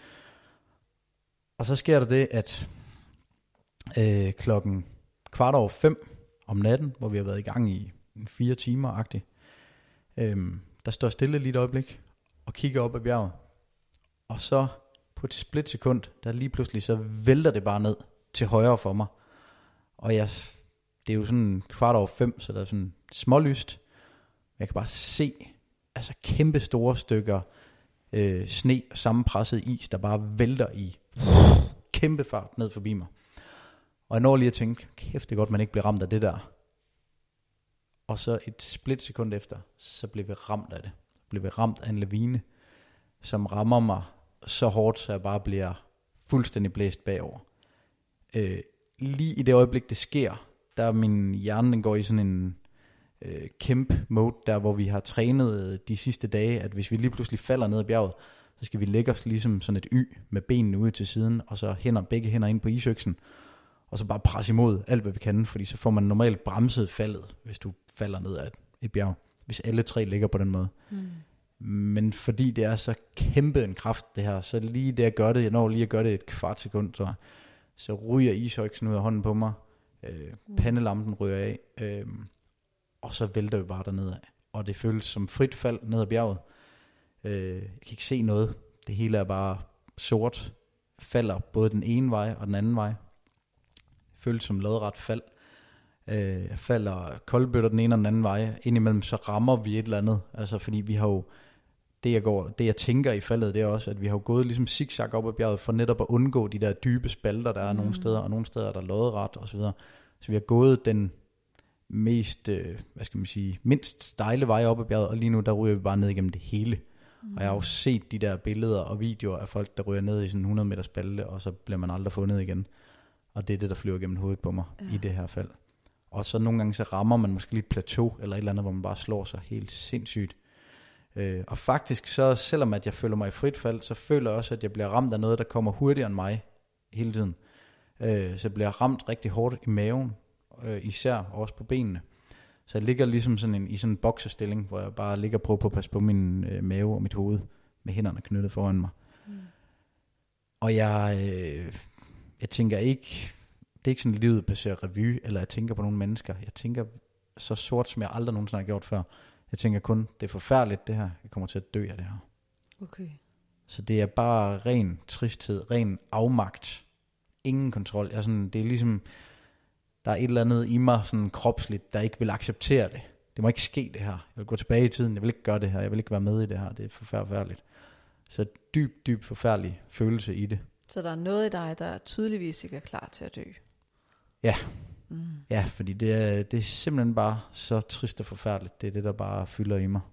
B: Og så sker der det, at klokken 4:15 om natten, hvor vi har været i gang i 4 timer-agtigt, der står stille lige et øjeblik, og kigger op ad bjerget. Og så på et splitsekund, der lige pludselig så vælter det bare ned til højre for mig. Og det er jo sådan 4:15, så der er sådan smålyst. Jeg kan bare se altså kæmpe store stykker sne og sammenpresset is, der bare vælter i kæmpe fart ned forbi mig. Og jeg når lige at tænke, kæft det er godt, man ikke bliver ramt af det der. Og så et splitsekund efter, så blev vi ramt af det. Blev vi ramt af en lavine, som rammer mig så hårdt, så jeg bare bliver fuldstændig blæst bagover. Lige i det øjeblik, det sker, der min hjerne den går i sådan en kæmpe mode, der hvor vi har trænet de sidste dage, at hvis vi lige pludselig falder ned ad bjerget, så skal vi lægge os ligesom sådan et Y med benene ude til siden, og så begge hænder ind på isøksen, og så bare presse imod alt, hvad vi kan, fordi så får man normalt bremset faldet, hvis du falder ned ad et bjerg, hvis alle tre ligger på den måde. Men fordi det er så kæmpe en kraft det her, så lige det jeg gør det, jeg når lige at gøre det et kvart sekund, så ryger isøksen ud af hånden på mig, pandelampen ryger af, og så vælter vi bare derned af. Og det føles som frit fald ned ad bjerget. Jeg kan ikke se noget. Det hele er bare sort. Falder både den ene vej og den anden vej. Føles som lodret fald. Jeg falder koldbøtter den ene og den anden vej. Indimellem så rammer vi et eller andet. Altså fordi vi har jo, det jeg tænker i faldet, det er også, at vi har jo gået ligesom zigzag op ad bjerget, for netop at undgå de der dybe spalter, der er nogle steder, og nogle steder er der lodret og så videre. Så vi har gået den mest, mindst stejle vej op ad bjerget, og lige nu der ryger vi bare ned igennem det hele. Og jeg har jo set de der billeder og videoer af folk, der ryger ned i sådan 100 meter spalte, og så bliver man aldrig fundet igen. Og det er det, der flyver gennem hovedet på mig i det her fald. Og så nogle gange så rammer man måske lige et plateau, eller et eller andet, hvor man bare slår sig helt sindssygt. Og faktisk så, selvom at jeg føler mig i frit fald, så føler jeg også, at jeg bliver ramt af noget, der kommer hurtigere end mig hele tiden. Så jeg bliver ramt rigtig hårdt i maven, især også på benene. Så jeg ligger ligesom i sådan en bokserstilling, hvor jeg bare ligger og prøver på at passe på min mave og mit hoved, med hænderne knyttet foran mig. Og jeg tænker ikke, det er ikke sådan livet passerer revy, eller jeg tænker på nogle mennesker. Jeg tænker så sort, som jeg aldrig nogensinde har gjort før. Jeg tænker kun, det er forfærdeligt det her, jeg kommer til at dø af det her.
A: Okay.
B: Så det er bare ren tristhed, ren afmagt, ingen kontrol. Det er ligesom, der er et eller andet i mig, sådan kropsligt, der ikke vil acceptere det. Det må ikke ske det her. Jeg vil gå tilbage i tiden, jeg vil ikke gøre det her, jeg vil ikke være med i det her, det er forfærdeligt. Så dyb forfærdelig følelse i det.
A: Så der er noget i dig, der tydeligvis ikke er klar til at dø?
B: Ja. Ja, fordi det er simpelthen bare så trist og forfærdeligt. Det er det, der bare fylder i mig.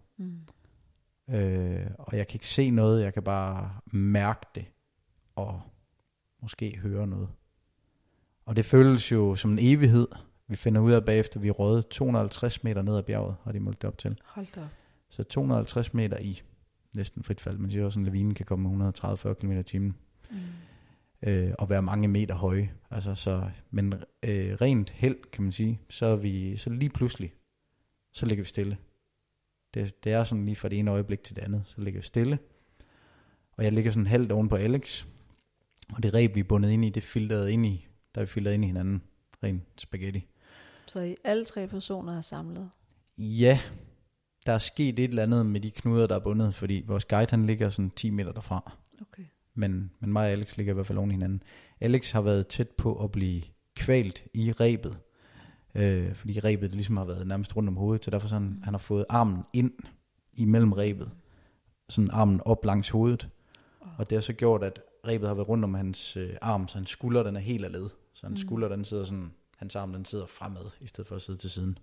B: Og jeg kan ikke se noget, jeg kan bare mærke det, og måske høre noget. Og det føles jo som en evighed. Vi finder ud af bagefter, vi røde 250 meter ned ad bjerget, har de målt det op til.
A: Hold da op.
B: Så 250 meter i næsten frit fald. Man siger også, at en lavine kan komme med 130-40 km i timen. Og være mange meter høje. Men rent held, kan man sige, så lige pludselig, så ligger vi stille. Det er sådan lige fra det ene øjeblik til det andet, så ligger vi stille. Og jeg ligger sådan halvt oven på Alex, og det reb, vi er bundet ind i, det filtrede ind i, der er vi filtreret ind i hinanden, ren spaghetti.
A: Så I alle tre personer er samlet?
B: Ja, der er sket et eller andet med de knuder, der er bundet, fordi vores guide, han ligger sådan 10 meter derfra.
A: Okay.
B: Men mig og Alex ligger i hvert fald oven i hinanden. Alex har været tæt på at blive kvalt i rebet, fordi rebet ligesom har været nærmest rundt om hovedet, så derfor sådan, han har fået armen ind imellem rebet, sådan armen op langs hovedet, og det har så gjort, at rebet har været rundt om hans arm, så hans skulder den er helt af led, så hans skulder den sidder sådan, hans arm den sidder fremad, i stedet for at sidde til siden.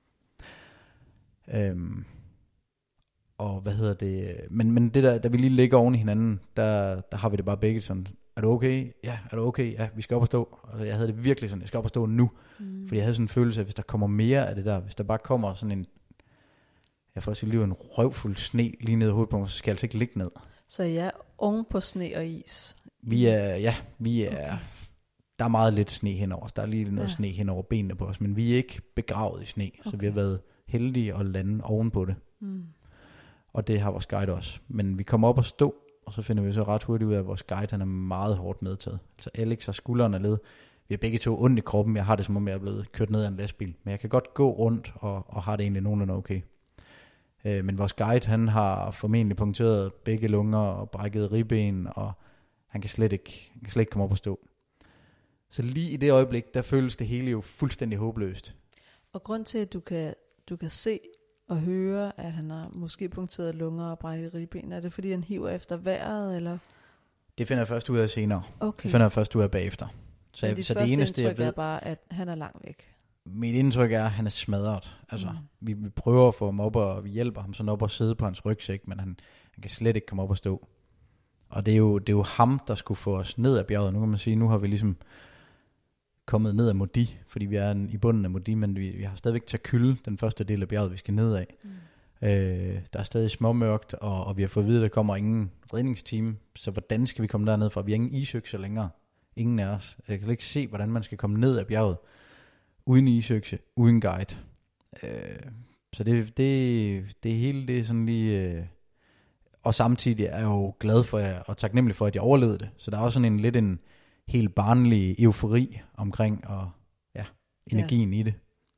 B: Og men det der vi lige ligger oven i hinanden, der har vi det bare begge sådan, er du okay? Ja, er du okay? Ja, vi skal op og stå. Altså, jeg havde det virkelig sådan, jeg skal op og stå nu. Fordi jeg havde sådan en følelse af, hvis der kommer mere af det der, hvis der bare kommer sådan en, jeg får at sige livet, en røvfuld sne lige ned i hovedet på mig, så skal jeg altså ikke ligge ned.
A: Så jeg er oven på sne og is?
B: Vi er, okay. Der er meget lidt sne henover os. Der er lige noget sne henover benene på os, men vi er ikke begravet i sne, så vi har været heldige at lande oven på det. Og det har vores guide også. Men vi kommer op og stå, og så finder vi så ret hurtigt ud af, at vores guide han er meget hårdt medtaget. Altså Alex har skulderen af led. Vi har begge to ondt i kroppen. Jeg har det som om jeg er blevet kørt ned af en lastbil. Men jeg kan godt gå rundt og har det egentlig nogenlunde okay. Men vores guide, han har formentlig punkteret begge lunger og brækket ribben, og han kan slet ikke komme op og stå. Så lige i det øjeblik, der føles det hele jo fuldstændig håbløst.
A: Og grund til, at du kan se og høre, at han har måske punkteret lunger og brækket ribben, er det fordi, han hiver efter vejret, eller?
B: Det finder jeg først ud af senere.
A: Okay.
B: Det finder jeg først ud af bagefter. Så
A: det eneste, jeg ved, er bare, at han er langt væk.
B: Mit indtryk er, at han er smadret. Altså, vi prøver at få ham op, og vi hjælper ham sådan op og sidde på hans rygsæk, men han kan slet ikke komme op og stå. Og det er jo ham, der skulle få os ned ad bjerget. Nu kan man sige, nu har vi ligesom kommet ned ad Modi, fordi vi er i bunden af Modi, men vi har stadigvæk Takyle, den første del af bjerget, vi skal ned af. Der er stadig småmørkt, og vi har fået at vide, at der kommer ingen redningsteam, så hvordan skal vi komme derned fra? Vi har ingen isøkser længere. Ingen af os. Jeg kan ikke se, hvordan man skal komme ned ad bjerget, uden isøkse, uden guide. Så det hele, det er sådan lige... og samtidig er jeg jo glad for jer, og taknemmelig for, at jeg overlevede det. Så der er også sådan lidt en helt barnlig eufori omkring, og energien i det.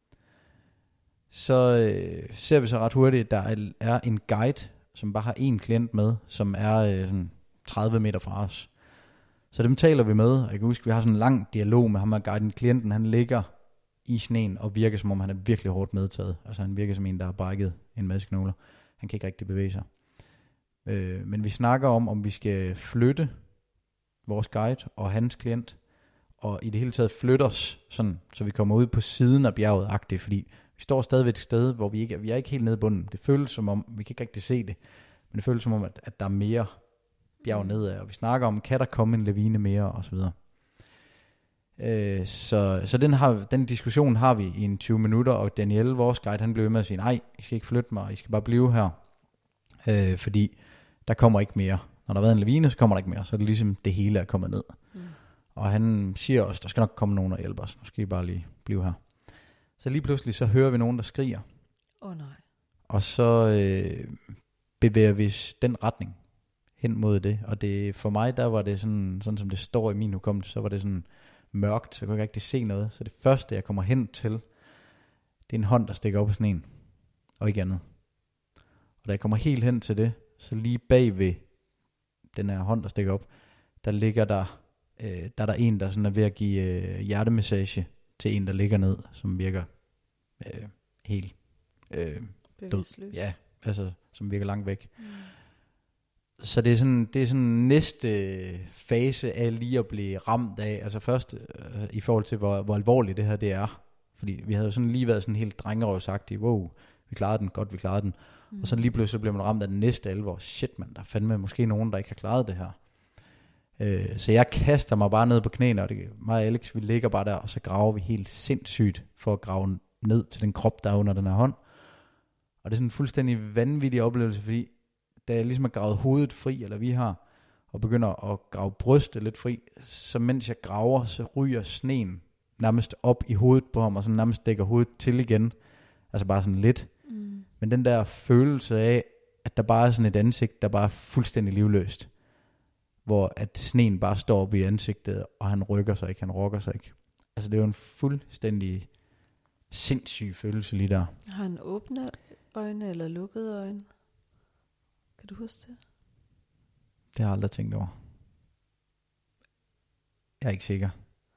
B: Så ser vi så ret hurtigt, at der er en guide, som bare har en klient med, som er sådan 30 meter fra os. Så dem taler vi med, og jeg kan huske, at vi har sådan en lang dialog med ham og guiden. Klienten, han ligger i sneen og virker, som om han er virkelig hårdt medtaget. Altså han virker som en, der har brækket en masse knogler. Han kan ikke rigtig bevæge sig. Men vi snakker om vi skal flytte vores guide og hans klient, og i det hele taget flytte os, sådan, så vi kommer ud på siden af bjerget-agtigt, fordi vi står stadigvæk et sted, hvor vi er ikke helt nede i bunden. Det føles som om, vi kan ikke rigtig se det, men det føles som om, at der er mere bjerg nedad, og vi snakker om, kan der komme en lavine mere, og så videre. Så den diskussion har vi i en 20 minutter, og Daniel, vores guide, han blev ved med at sige, nej, I skal ikke flytte mig, I skal bare blive her, fordi der kommer ikke mere. Når der har været en lavine, så kommer der ikke mere, så er det ligesom det hele er kommet ned. Og han siger også, der skal nok komme nogen og hjælpe os, nu skal I bare lige blive her. Så lige pludselig, så hører vi nogen, der skriger.
A: Nej.
B: Og så bevæger vi den retning hen mod det. Og det, for mig, der var det sådan som det står i min hukommelse, så var det sådan mørkt, så jeg kunne ikke rigtig se noget. Så det første, jeg kommer hen til, det er en hånd, der stikker op af sneen, og ikke andet. Og da jeg kommer helt hen til det, så lige bag ved den her hånd, der stikker op, der ligger der er der en, der sådan er ved at give hjertemassage til en, der ligger ned, som virker helt død. Ja, altså som virker langt væk. Så det er sådan næste fase af lige at blive ramt af, altså først i forhold til hvor alvorligt det her det er, fordi vi havde jo sådan lige været sådan helt drengerøvsagtige, wow, vi klarede den, godt vi klarede den, og så lige pludselig bliver man ramt af den næste alvor, shit man, der er fandme måske nogen, der ikke har klaret det her. Så jeg kaster mig bare ned på knæene, og mig og Alex, vi ligger bare der, og så graver vi helt sindssygt for at grave ned til den krop, der er under den her hånd. Og det er sådan en fuldstændig vanvittig oplevelse, fordi da jeg ligesom har gravet hovedet fri, eller vi har, og begynder at grave brystet lidt fri, så mens jeg graver, så ryger sneen nærmest op i hovedet på ham, og så nærmest dækker hovedet til igen. Altså bare sådan lidt. Men den der følelse af, at der bare er sådan et ansigt, der bare er fuldstændig livløst. Hvor at sneen bare står oppe i ansigtet, og han rykker sig ikke, han rokker sig ikke. Altså det er jo en fuldstændig sindssyg følelse lige der.
A: Har han åbne øjne eller lukkede øjne? Kan du huske det?
B: Det har jeg aldrig tænkt over. Jeg er ikke sikker.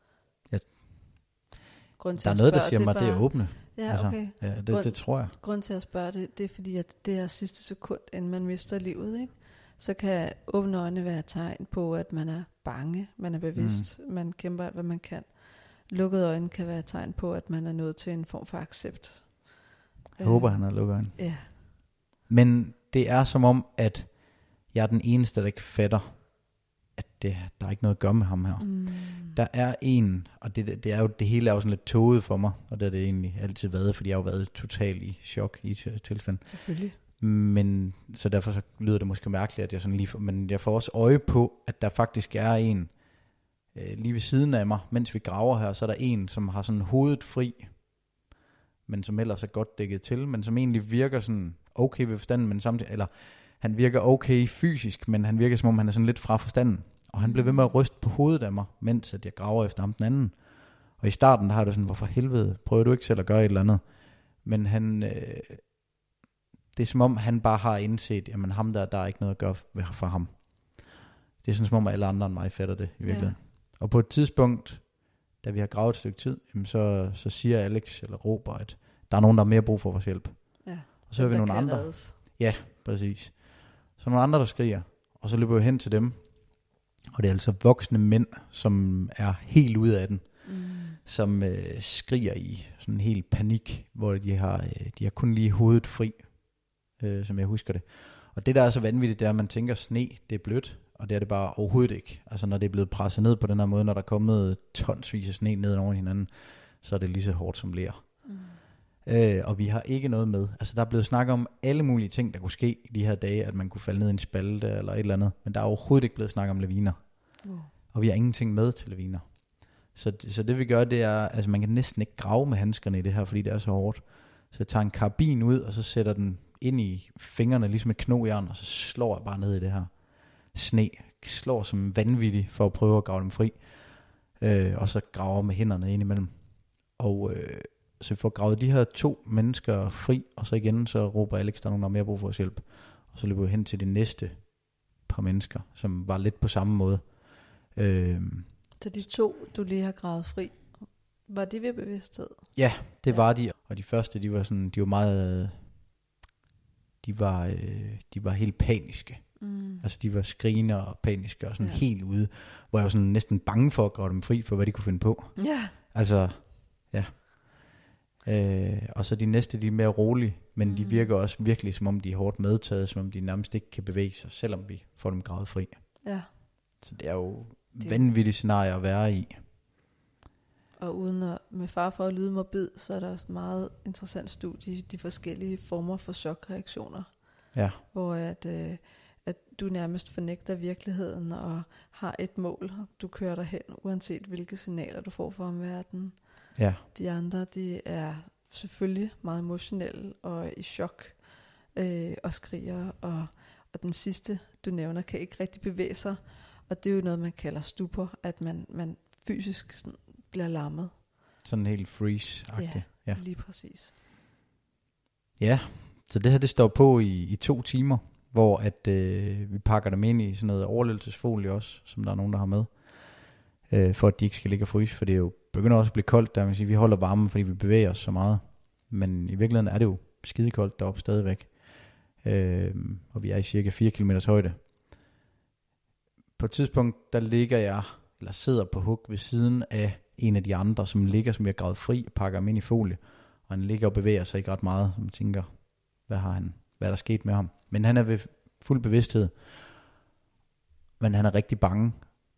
B: Der er noget, der siger mig, at det er åbne.
A: Ja, okay.
B: Altså, ja, det tror jeg.
A: Grunden til at spørge det er fordi, at det er sidste sekund, inden man mister livet, ikke? Så kan åbne øjne være et tegn på, at man er bange, man er bevidst, man kæmper alt, hvad man kan. Lukkede øjne kan være et tegn på, at man er nået til en form for accept.
B: Jeg håber, han har lukket øjne.
A: Ja.
B: Men det er som om, at jeg er den eneste, der ikke fatter, at der er ikke noget at gøre med ham her. Der er en, og det er jo, det hele er jo sådan lidt tåget for mig, og det er det egentlig altid været, fordi jeg har jo været totalt i chok i tilstand.
A: Selvfølgelig.
B: Men så derfor så lyder det måske mærkeligt, at jeg sådan lige men jeg får også øje på, at der faktisk er en lige ved siden af mig, mens vi graver her, så er der en, som har sådan hovedet fri, men som ellers er godt dækket til, men som egentlig virker sådan okay ved forstanden, men samtidig, eller han virker okay fysisk, men han virker som om han er sådan lidt fra forstanden, og han blev ved med at ryste på hovedet af mig, mens at jeg graver efter ham den anden. Og i starten der har jeg det sådan, hvorfor helvede, prøver du ikke selv at gøre et eller andet? Men han det er som om, han bare har indset, jamen ham der er ikke noget at gøre for ham. Det er sådan som om, alle andre end mig fatter det i virkeligheden. Ja. Og på et tidspunkt, da vi har gravet et stykke tid, jamen så siger Alex eller Robert, at der er nogen, der har mere brug for vores hjælp.
A: Ja.
B: Og så er vi nogle andre.
A: Reddes.
B: Ja, præcis. Så nogle andre, der skriger. Og så løber vi hen til dem. Og det er altså voksne mænd, som er helt ude af den. Som skriger i sådan en helt panik, hvor de har kun lige hovedet fri, som jeg husker det. Og det, der er så vanvittigt, det er, at man tænker, sne, det er blødt, og det er det bare overhovedet ikke. Altså når det er blevet presset ned på den her måde, når der er kommet tonsvis af sne ned over hinanden, så er det lige så hårdt som ler. Og vi har ikke noget med. Altså der er blevet snakket om alle mulige ting, der kunne ske i de her dage, at man kunne falde ned i en spalte eller et eller andet, men der er overhovedet ikke blevet snakket om laviner. Og vi har ingenting med til laviner. Så det vi gør, det er, altså man kan næsten ikke grave med handskerne i det her, fordi det er så hårdt. Så jeg tager en karabin ud, og så sætter den ind i fingrene, ligesom et knogjern, og så slår jeg bare ned i det her sne. Slår som vanvittig for at prøve at grave dem fri. Og så graver med hænderne ind imellem. Og så vi får gravet de her 2 mennesker fri, og så igen, så råber Alex, der er nogen, der har mere brug for vores hjælp. Og så løber vi hen til de næste par mennesker, som var lidt på samme måde.
A: Så de 2, du lige har gravet fri, var de ved bevidsthed?
B: Ja, det var de. Og de første, de var sådan, de var meget, de var helt paniske. Altså de var skrigende og paniske og sådan helt ude, hvor jeg var sådan næsten bange for at grave dem fri for, hvad de kunne finde på.
A: Ja.
B: Altså, ja. Og så de næste, de er mere rolige, men de virker også virkelig, som om de er hårdt medtaget, som om de nærmest ikke kan bevæge sig, selvom vi får dem gravet fri. Ja. Så det er jo vanvittige scenarier at være i.
A: Og uden at, med far for at lyde morbid, så er der også en meget interessant studie, de forskellige former for chokreaktioner. Ja. Hvor at du nærmest fornægter virkeligheden og har et mål, du kører derhen, uanset hvilke signaler du får fra omverdenen. Ja. De andre, de er selvfølgelig meget emotionelle og i chok og skriger, og den sidste, du nævner, kan ikke rigtig bevæge sig. Og det er jo noget, man kalder stupor, at man fysisk sådan bliver lammet. Sådan
B: helt freeze-agtigt.
A: Ja, lige præcis.
B: Ja, så det her, det står på i 2 timer, hvor at vi pakker dem ind i sådan noget overlevelsesfolie også, som der er nogen, der har med, for at de ikke skal ligge og fryse, for det er jo begynder også at blive koldt, der man siger, vi holder varmen, fordi vi bevæger os så meget. Men i virkeligheden er det jo skidekoldt deroppe stadigvæk. Og vi er i cirka 4 km højde. På et tidspunkt, der ligger jeg, eller sidder på hug ved siden af en af de andre, som ligger, som jeg har gravet fri, og pakker ham ind i folie. Og han ligger og bevæger sig ikke ret meget, som jeg tænker, hvad er der sket med ham? Men han er ved fuld bevidsthed. Men han er rigtig bange.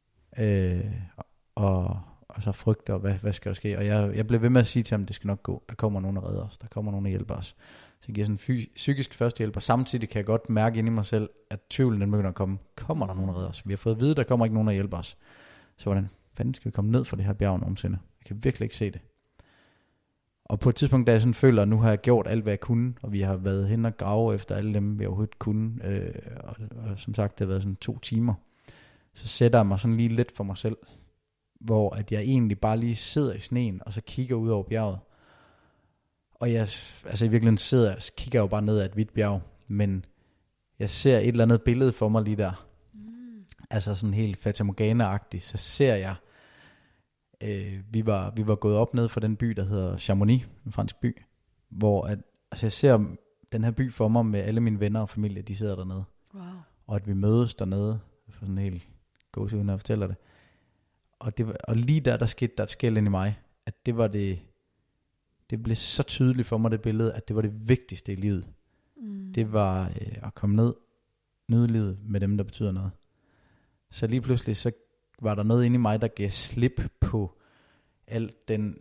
B: Og så frygter, hvad skal der ske? Og jeg blev ved med at sige til ham, det skal nok gå. Der kommer nogen, der redder os. Der kommer nogen, der hjælper os. Så jeg giver sådan psykisk førstehjælp, og samtidig kan jeg godt mærke inde i mig selv, at tvivlen den begynder at komme. Kommer der nogen, der redder os? Vi har fået at vide, der kommer ikke nogen, der hjælper os. Så hvordan fanden skal vi komme ned fra det her bjerg nogensinde? Jeg kan virkelig ikke se det. Og på et tidspunkt, da jeg sådan føler, at nu har jeg gjort alt, hvad jeg kunne, og vi har været hen og grave efter alle dem, vi overhovedet kunne, og som sagt, det har været sådan 2 timer, så sætter jeg mig sådan lige lidt for mig selv, hvor at jeg egentlig bare lige sidder i sneen, og så kigger ud over bjerget. Og jeg, altså i virkeligheden kigger jeg jo bare ned ad et hvidt bjerg, men jeg ser et eller andet billede for mig lige der. Altså sådan helt fatamorgana-agtigt, så ser jeg, vi var gået op ned fra den by, der hedder Chamonix, en fransk by, hvor altså jeg ser den her by for mig med alle mine venner og familie, de sidder dernede. Wow. Og at vi mødes dernede, for sådan helt gåsehud, når jeg fortæller det. Og lige der skete der et skel ind i mig, at det blev så tydeligt for mig, det billede, at det var det vigtigste i livet. Det var at komme ned, nyde livet med dem, der betyder noget. Så lige pludselig, så var der noget inde i mig, der gav slip på alt den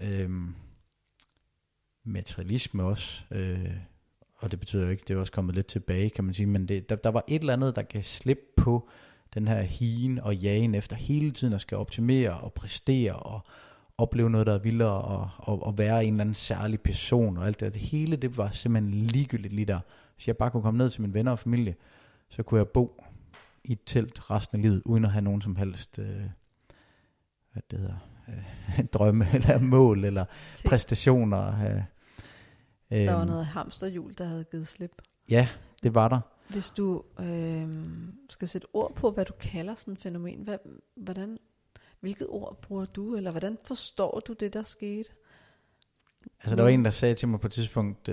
B: materialisme også. Og det betyder jo ikke, det er også kommet lidt tilbage, kan man sige. Men der var et eller andet, der gav slip på den her higen og jagen efter hele tiden at skal optimere og præstere og opleve noget, der er vildere og være en eller anden særlig person og alt det. Det hele, det var simpelthen ligegyldigt lige der. Hvis jeg bare kunne komme ned til mine venner og familie, så kunne jeg bo i et telt resten af livet, uden at have nogen som helst drømme eller mål eller præstationer.
A: Så der var noget hamsterhjul, der havde givet slip.
B: Ja, det var der.
A: Hvis du skal sætte ord på, hvad du kalder sådan et fænomen, hvilket ord bruger du, eller hvordan forstår du det, der skete?
B: Altså der var en, der sagde til mig på et tidspunkt,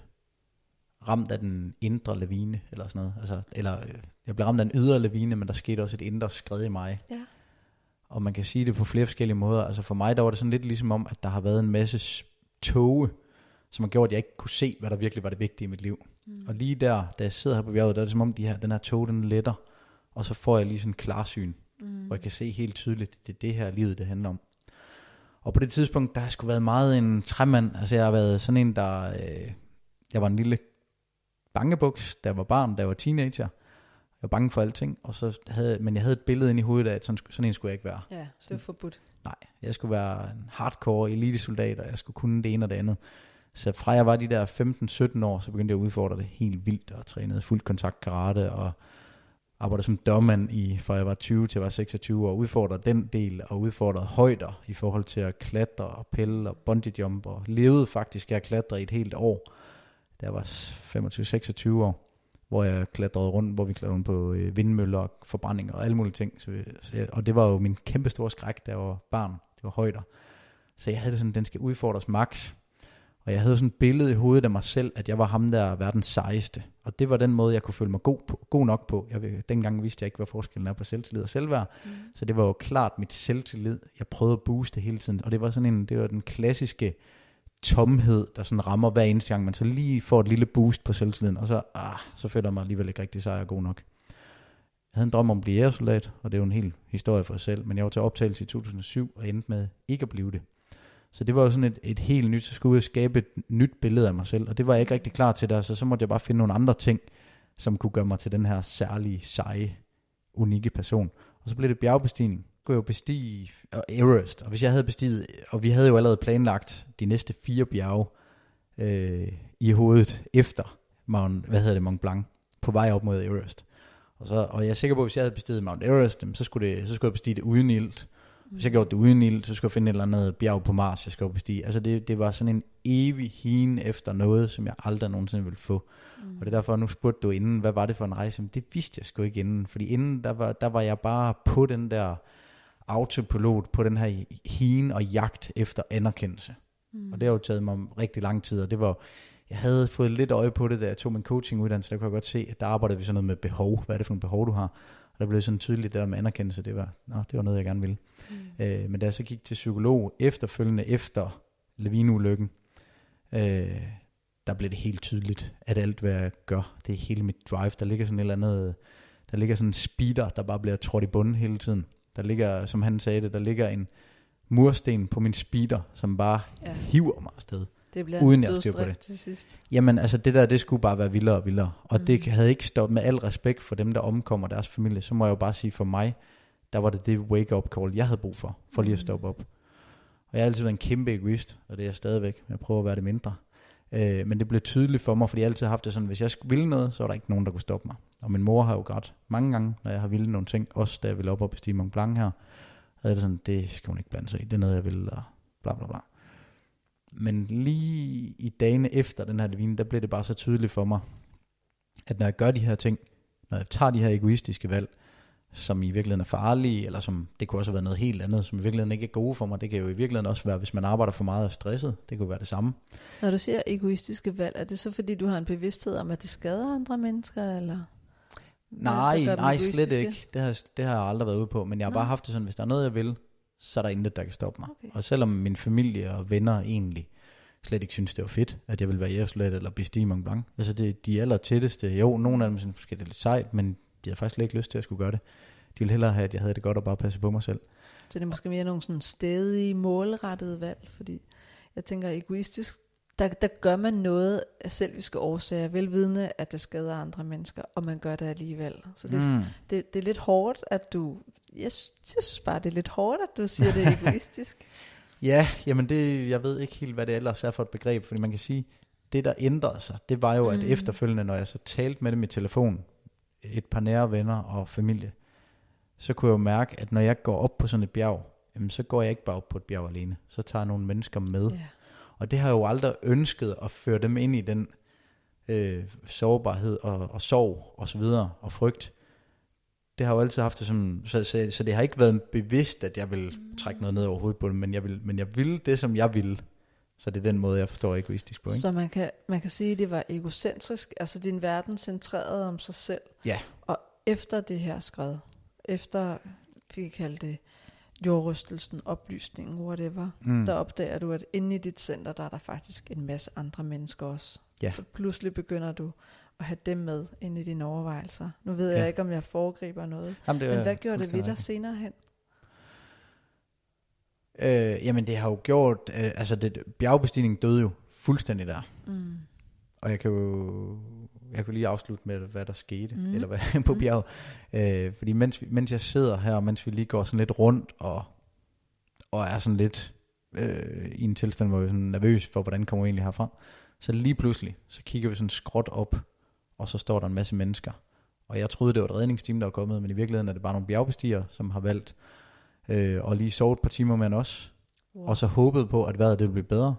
B: ramt af den indre lavine, eller sådan noget. Altså, jeg blev ramt af en ydre lavine, men der skete også et indre skred i mig.
A: Ja. Og
B: man kan sige det på flere forskellige måder. Altså for mig, der var det sådan lidt ligesom om, at der har været en masse tåge, som har gjort, at jeg ikke kunne se, hvad der virkelig var det vigtige i mit liv. Og lige der, da jeg sidder her på bjerget, der er det som om, den her tåge, den letter, og så får jeg lige sådan en klarsyn, hvor jeg kan se helt tydeligt, det er det her livet, det handler om. Og på det tidspunkt, der har jeg sgu været meget en træmand. Altså jeg har været sådan en, der... jeg var en lille bangebuks, da jeg var barn, da jeg var teenager. Jeg var bange for alting, men jeg havde et billede inde i hovedet af, at sådan en skulle jeg ikke være.
A: Ja, det var forbudt.
B: Nej, jeg skulle være en hardcore elitesoldat, og jeg skulle kunne det ene og det andet. Så fra jeg var de der 15-17 år, så begyndte jeg at udfordre det helt vildt, og trænede fuldt kontakt karate, og arbejdede som dørmand fra jeg var 20 til jeg var 26 år, og udfordrede den del, og udfordrede højder i forhold til at klatre og pille og bungee jump, og levede faktisk af at klatre i et helt år, da jeg var 25-26 år, hvor jeg klatrede rundt, hvor vi klatrede rundt på vindmøller og forbrænding og alle mulige ting. Og det var jo min kæmpe store skræk, da jeg var barn. Det var højder. Så jeg havde det sådan, den skal udfordres max. Og jeg havde sådan et billede i hovedet af mig selv, at jeg var ham der verdens sejeste. Og det var den måde, jeg kunne føle mig god nok på. Dengang vidste jeg ikke, hvad forskellen er på selvtillid og selvværd. Så det var jo klart mit selvtillid. Jeg prøvede at booste hele tiden. Og det var den klassiske tomhed, der sådan rammer hver eneste gang, man så lige får et lille boost på selvtilliden, og så føler jeg mig alligevel ikke rigtig sejr god nok. Jeg havde en drøm om at blive jægersoldat, og det er jo en hel historie for sig selv, men jeg var til optagelse i 2007, og endte med ikke at blive det. Så det var jo sådan et helt nyt, så skulle jeg skabe et nyt billede af mig selv, og det var jeg ikke rigtig klar til der, så måtte jeg bare finde nogle andre ting, som kunne gøre mig til den her særlige, seje, unikke person. Og så blev det bjergbestigning. Kunne jeg jo bestige Everest, og hvis jeg havde bestiget, og vi havde jo allerede planlagt de næste 4 bjerge i hovedet efter Mont Blanc, på vej op mod Everest. Og jeg er sikker på, at hvis jeg havde bestiget Mount Everest, så skulle jeg bestige det uden ilt. Hvis jeg gjorde det uden ilt, så skulle jeg finde et eller andet bjerg på Mars, jeg skulle bestige. Altså det var sådan en evig hien efter noget, som jeg aldrig nogensinde ville få. Og det er derfor, nu spurgte du inden, hvad var det for en rejse? Men det vidste jeg sgu ikke inden, fordi inden der var jeg bare på den der autopilot, på den her hien og jagt efter anerkendelse. Og det har jo taget mig rigtig lang tid, og det var, jeg havde fået lidt øje på det, da jeg tog min coachinguddannelse, der kunne jeg godt se, at der arbejdede vi sådan noget med behov. Hvad er det for en behov, du har? Og der blev sådan tydeligt, det der med anerkendelse, det var noget, jeg gerne ville. Men da jeg så gik til psykolog efterfølgende, efter lavineulykken, der blev det helt tydeligt, at alt hvad jeg gør, det er hele mit drive. Der ligger sådan et eller andet, der ligger sådan en speeder, der bare bliver trådt i bunden hele tiden. Der ligger, som han sagde det, der ligger en mursten på min speeder, som bare hiver mig afsted.
A: Det bliver
B: uden
A: en dødsdrift til sidst.
B: Jamen altså det skulle bare være vildere og vildere. Og det havde ikke stoppet, med al respekt for dem, der omkommer deres familie. Så må jeg jo bare sige, for mig, der var det wake-up call, jeg havde brug for lige at stoppe op. Og jeg har altid været en kæmpe egoist, og det er jeg stadigvæk. Jeg prøver at være det mindre. Men det blev tydeligt for mig, fordi jeg altid har haft det sådan, hvis jeg ville noget, så var der ikke nogen, der kunne stoppe mig. Og min mor har jo grædt mange gange, når jeg har ville nogle ting, også da jeg ville op og bestige Mont Blanc her. Og det sådan, det skal hun ikke blande sig i, det er noget, jeg vil, og bla bla bla. Men lige i dagene efter den her lavine, der blev det bare så tydeligt for mig, at når jeg gør de her ting, når jeg tager de her egoistiske valg, som i virkeligheden er farlige, eller som det kunne også have været noget helt andet, som i virkeligheden ikke er gode for mig. Det kan jo i virkeligheden også være, hvis man arbejder for meget og stresset. Det kunne være det samme.
A: Når du siger egoistiske valg, er det så fordi, du har en bevidsthed om, at det skader andre mennesker, eller?
B: Nej, slet ikke. Det har jeg aldrig været ude på, men jeg har bare haft det sådan, hvis der er noget, jeg vil, så er der intet, der kan stoppe mig. Okay. Og selvom min familie og venner egentlig slet ikke synes, det var fedt, at jeg ville være jægersoldat eller bestige Mont Blanc. Altså de aller tætteste, jo, nogle af dem synes måske det er lidt sejt, men de havde faktisk ikke lyst til at skulle gøre det. De ville hellere have, at jeg havde det godt og bare passe på mig selv.
A: Så det er måske mere nogle sådan stedige, målrettede valg, fordi jeg tænker egoistisk, der gør man noget af selviske årsager, velvidende, at det skader andre mennesker, og man gør det alligevel. Så det er lidt hårdt, at du... Jeg synes bare, det er lidt hårdt, at du siger, det er egoistisk.
B: Ja, jamen jeg ved ikke helt, hvad det ellers er for et begreb, fordi man kan sige, det der ændrede sig, det var jo, at efterfølgende, når jeg så talte med dem i telefon, et par nære venner og familie, så kunne jeg jo mærke, at når jeg går op på sådan et bjerg, jamen, så går jeg ikke bare op på et bjerg alene, så tager jeg nogle mennesker med. Yeah. Og det har jeg jo aldrig ønsket at føre dem ind i den sårbarhed og sorg og så videre, og frygt. Det har jo altid haft det som, så det har ikke været bevidst, at jeg vil trække noget ned over hovedet på det, men jeg ville det, som jeg ville. Så det er den måde, jeg forstår egoistisk på, ikke?
A: Så man kan sige, at det var egocentrisk, altså din verden centreret om sig selv.
B: Ja.
A: Og efter det her skred, efter, vi kan kalde det jordrystelsen, oplysningen, whatever, der opdager du, at inde i dit center, der er der faktisk en masse andre mennesker også.
B: Ja.
A: Så pludselig begynder du at have dem med inde i dine overvejelser. Nu ved jeg ikke, om jeg foregriber noget. Jamen, men hvad gjorde det ved dig senere hen?
B: Jamen det har jo gjort, bjergbestigningen døde jo fuldstændig der. Og jeg kan lige afslutte med, hvad der skete, eller hvad på bjerget. Fordi mens jeg sidder her, mens vi lige går sådan lidt rundt, og er sådan lidt i en tilstand, hvor vi er sådan nervøs for, hvordan kommer vi egentlig herfra, så lige pludselig, så kigger vi sådan skråt op, og så står der en masse mennesker. Og jeg troede, det var et redningsteam, der var kommet, men i virkeligheden er det bare nogle bjergbestigere, som har valgt og lige sovet et par timer med os, og så håbede på, at vejret det ville blive bedre.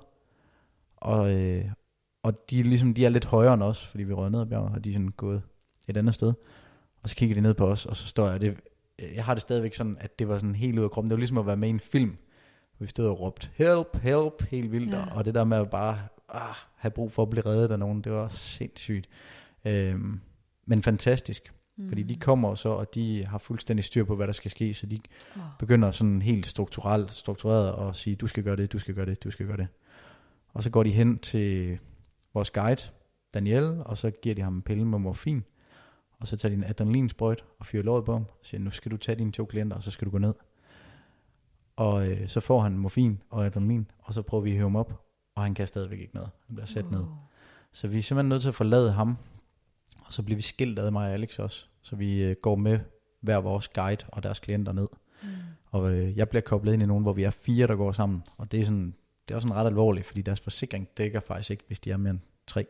B: Og de er lidt højere end os, fordi vi røg ned ad bjerget, og de er sådan gået et andet sted. Og så kigger de ned på os, og så står jeg har det stadigvæk sådan, at det var sådan helt ud af kroppen. Det var ligesom at være med i en film, hvor vi stod og råbte, help, help, helt vildt. Ja. Og det der med at bare have brug for at blive reddet af nogen, det var sindssygt. Men fantastisk. Fordi de kommer så, og de har fuldstændig styr på, hvad der skal ske, så de begynder sådan helt struktureret at sige, du skal gøre det, du skal gøre det, du skal gøre det. Og så går de hen til vores guide, Daniel, og så giver de ham en pille med morfin, og så tager de en adrenalinsprøjt og fyrer låret på ham, og siger, nu skal du tage dine 2 klienter, og så skal du gå ned. Og så får han morfin og adrenalin, og så prøver vi at hæve ham op, og han kan stadigvæk ikke ned. Han bliver sat ned. Så vi er simpelthen nødt til at forlade ham, og så bliver vi skilt ad, mig og Alex også. Så vi går med hver vores guide og deres klienter ned. Og jeg bliver koblet ind i nogen, hvor vi er 4, der går sammen. Og det er også ret alvorligt, fordi deres forsikring dækker faktisk ikke, hvis de er mere end 3.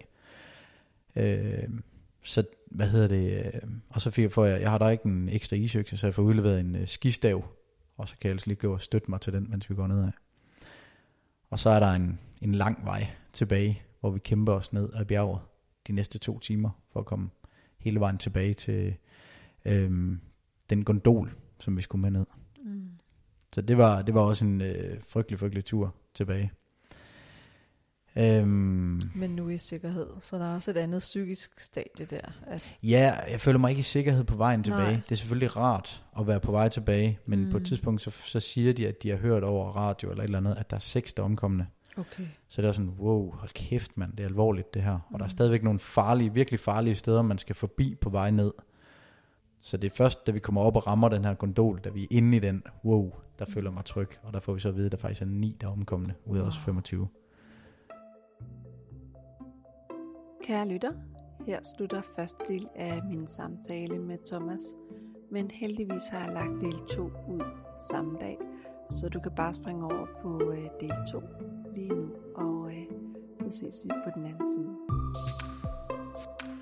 B: Så og så får jeg har der ikke en ekstra isøkse, så jeg får udleveret en skistav, og så kan jeg ellers lige gå og støtte mig til den, mens vi går nedad. Og så er der en lang vej tilbage, hvor vi kæmper os ned ad bjerget de næste 2 timer, for at komme hele vejen tilbage til den gondol, som vi skulle med ned. Så det var også en frygtelig tur tilbage.
A: Men nu i sikkerhed, så der er også et andet psykisk stadie der.
B: Ja, jeg føler mig ikke i sikkerhed på vejen tilbage. Nej. Det er selvfølgelig rart at være på vej tilbage, men på et tidspunkt så siger de, at de har hørt over radio eller et eller andet, at der er 6 der omkomne.
A: Okay.
B: Så det er sådan, wow, hold kæft mand, det er alvorligt det her. Og der er stadigvæk nogle virkelig farlige steder, man skal forbi på vej ned. Så det er først, da vi kommer op og rammer den her gondol, da vi er inde i den, wow, der føler mig tryg. Og der får vi så at vide, at der faktisk er 9 der er omkomne, ud af os 25.
C: Kære lytter, her slutter første del af min samtale med Thomas, men heldigvis har jeg lagt del 2 ud samme dag, så du kan bare springe over på del 2 lige nu, og så ses vi på den anden side.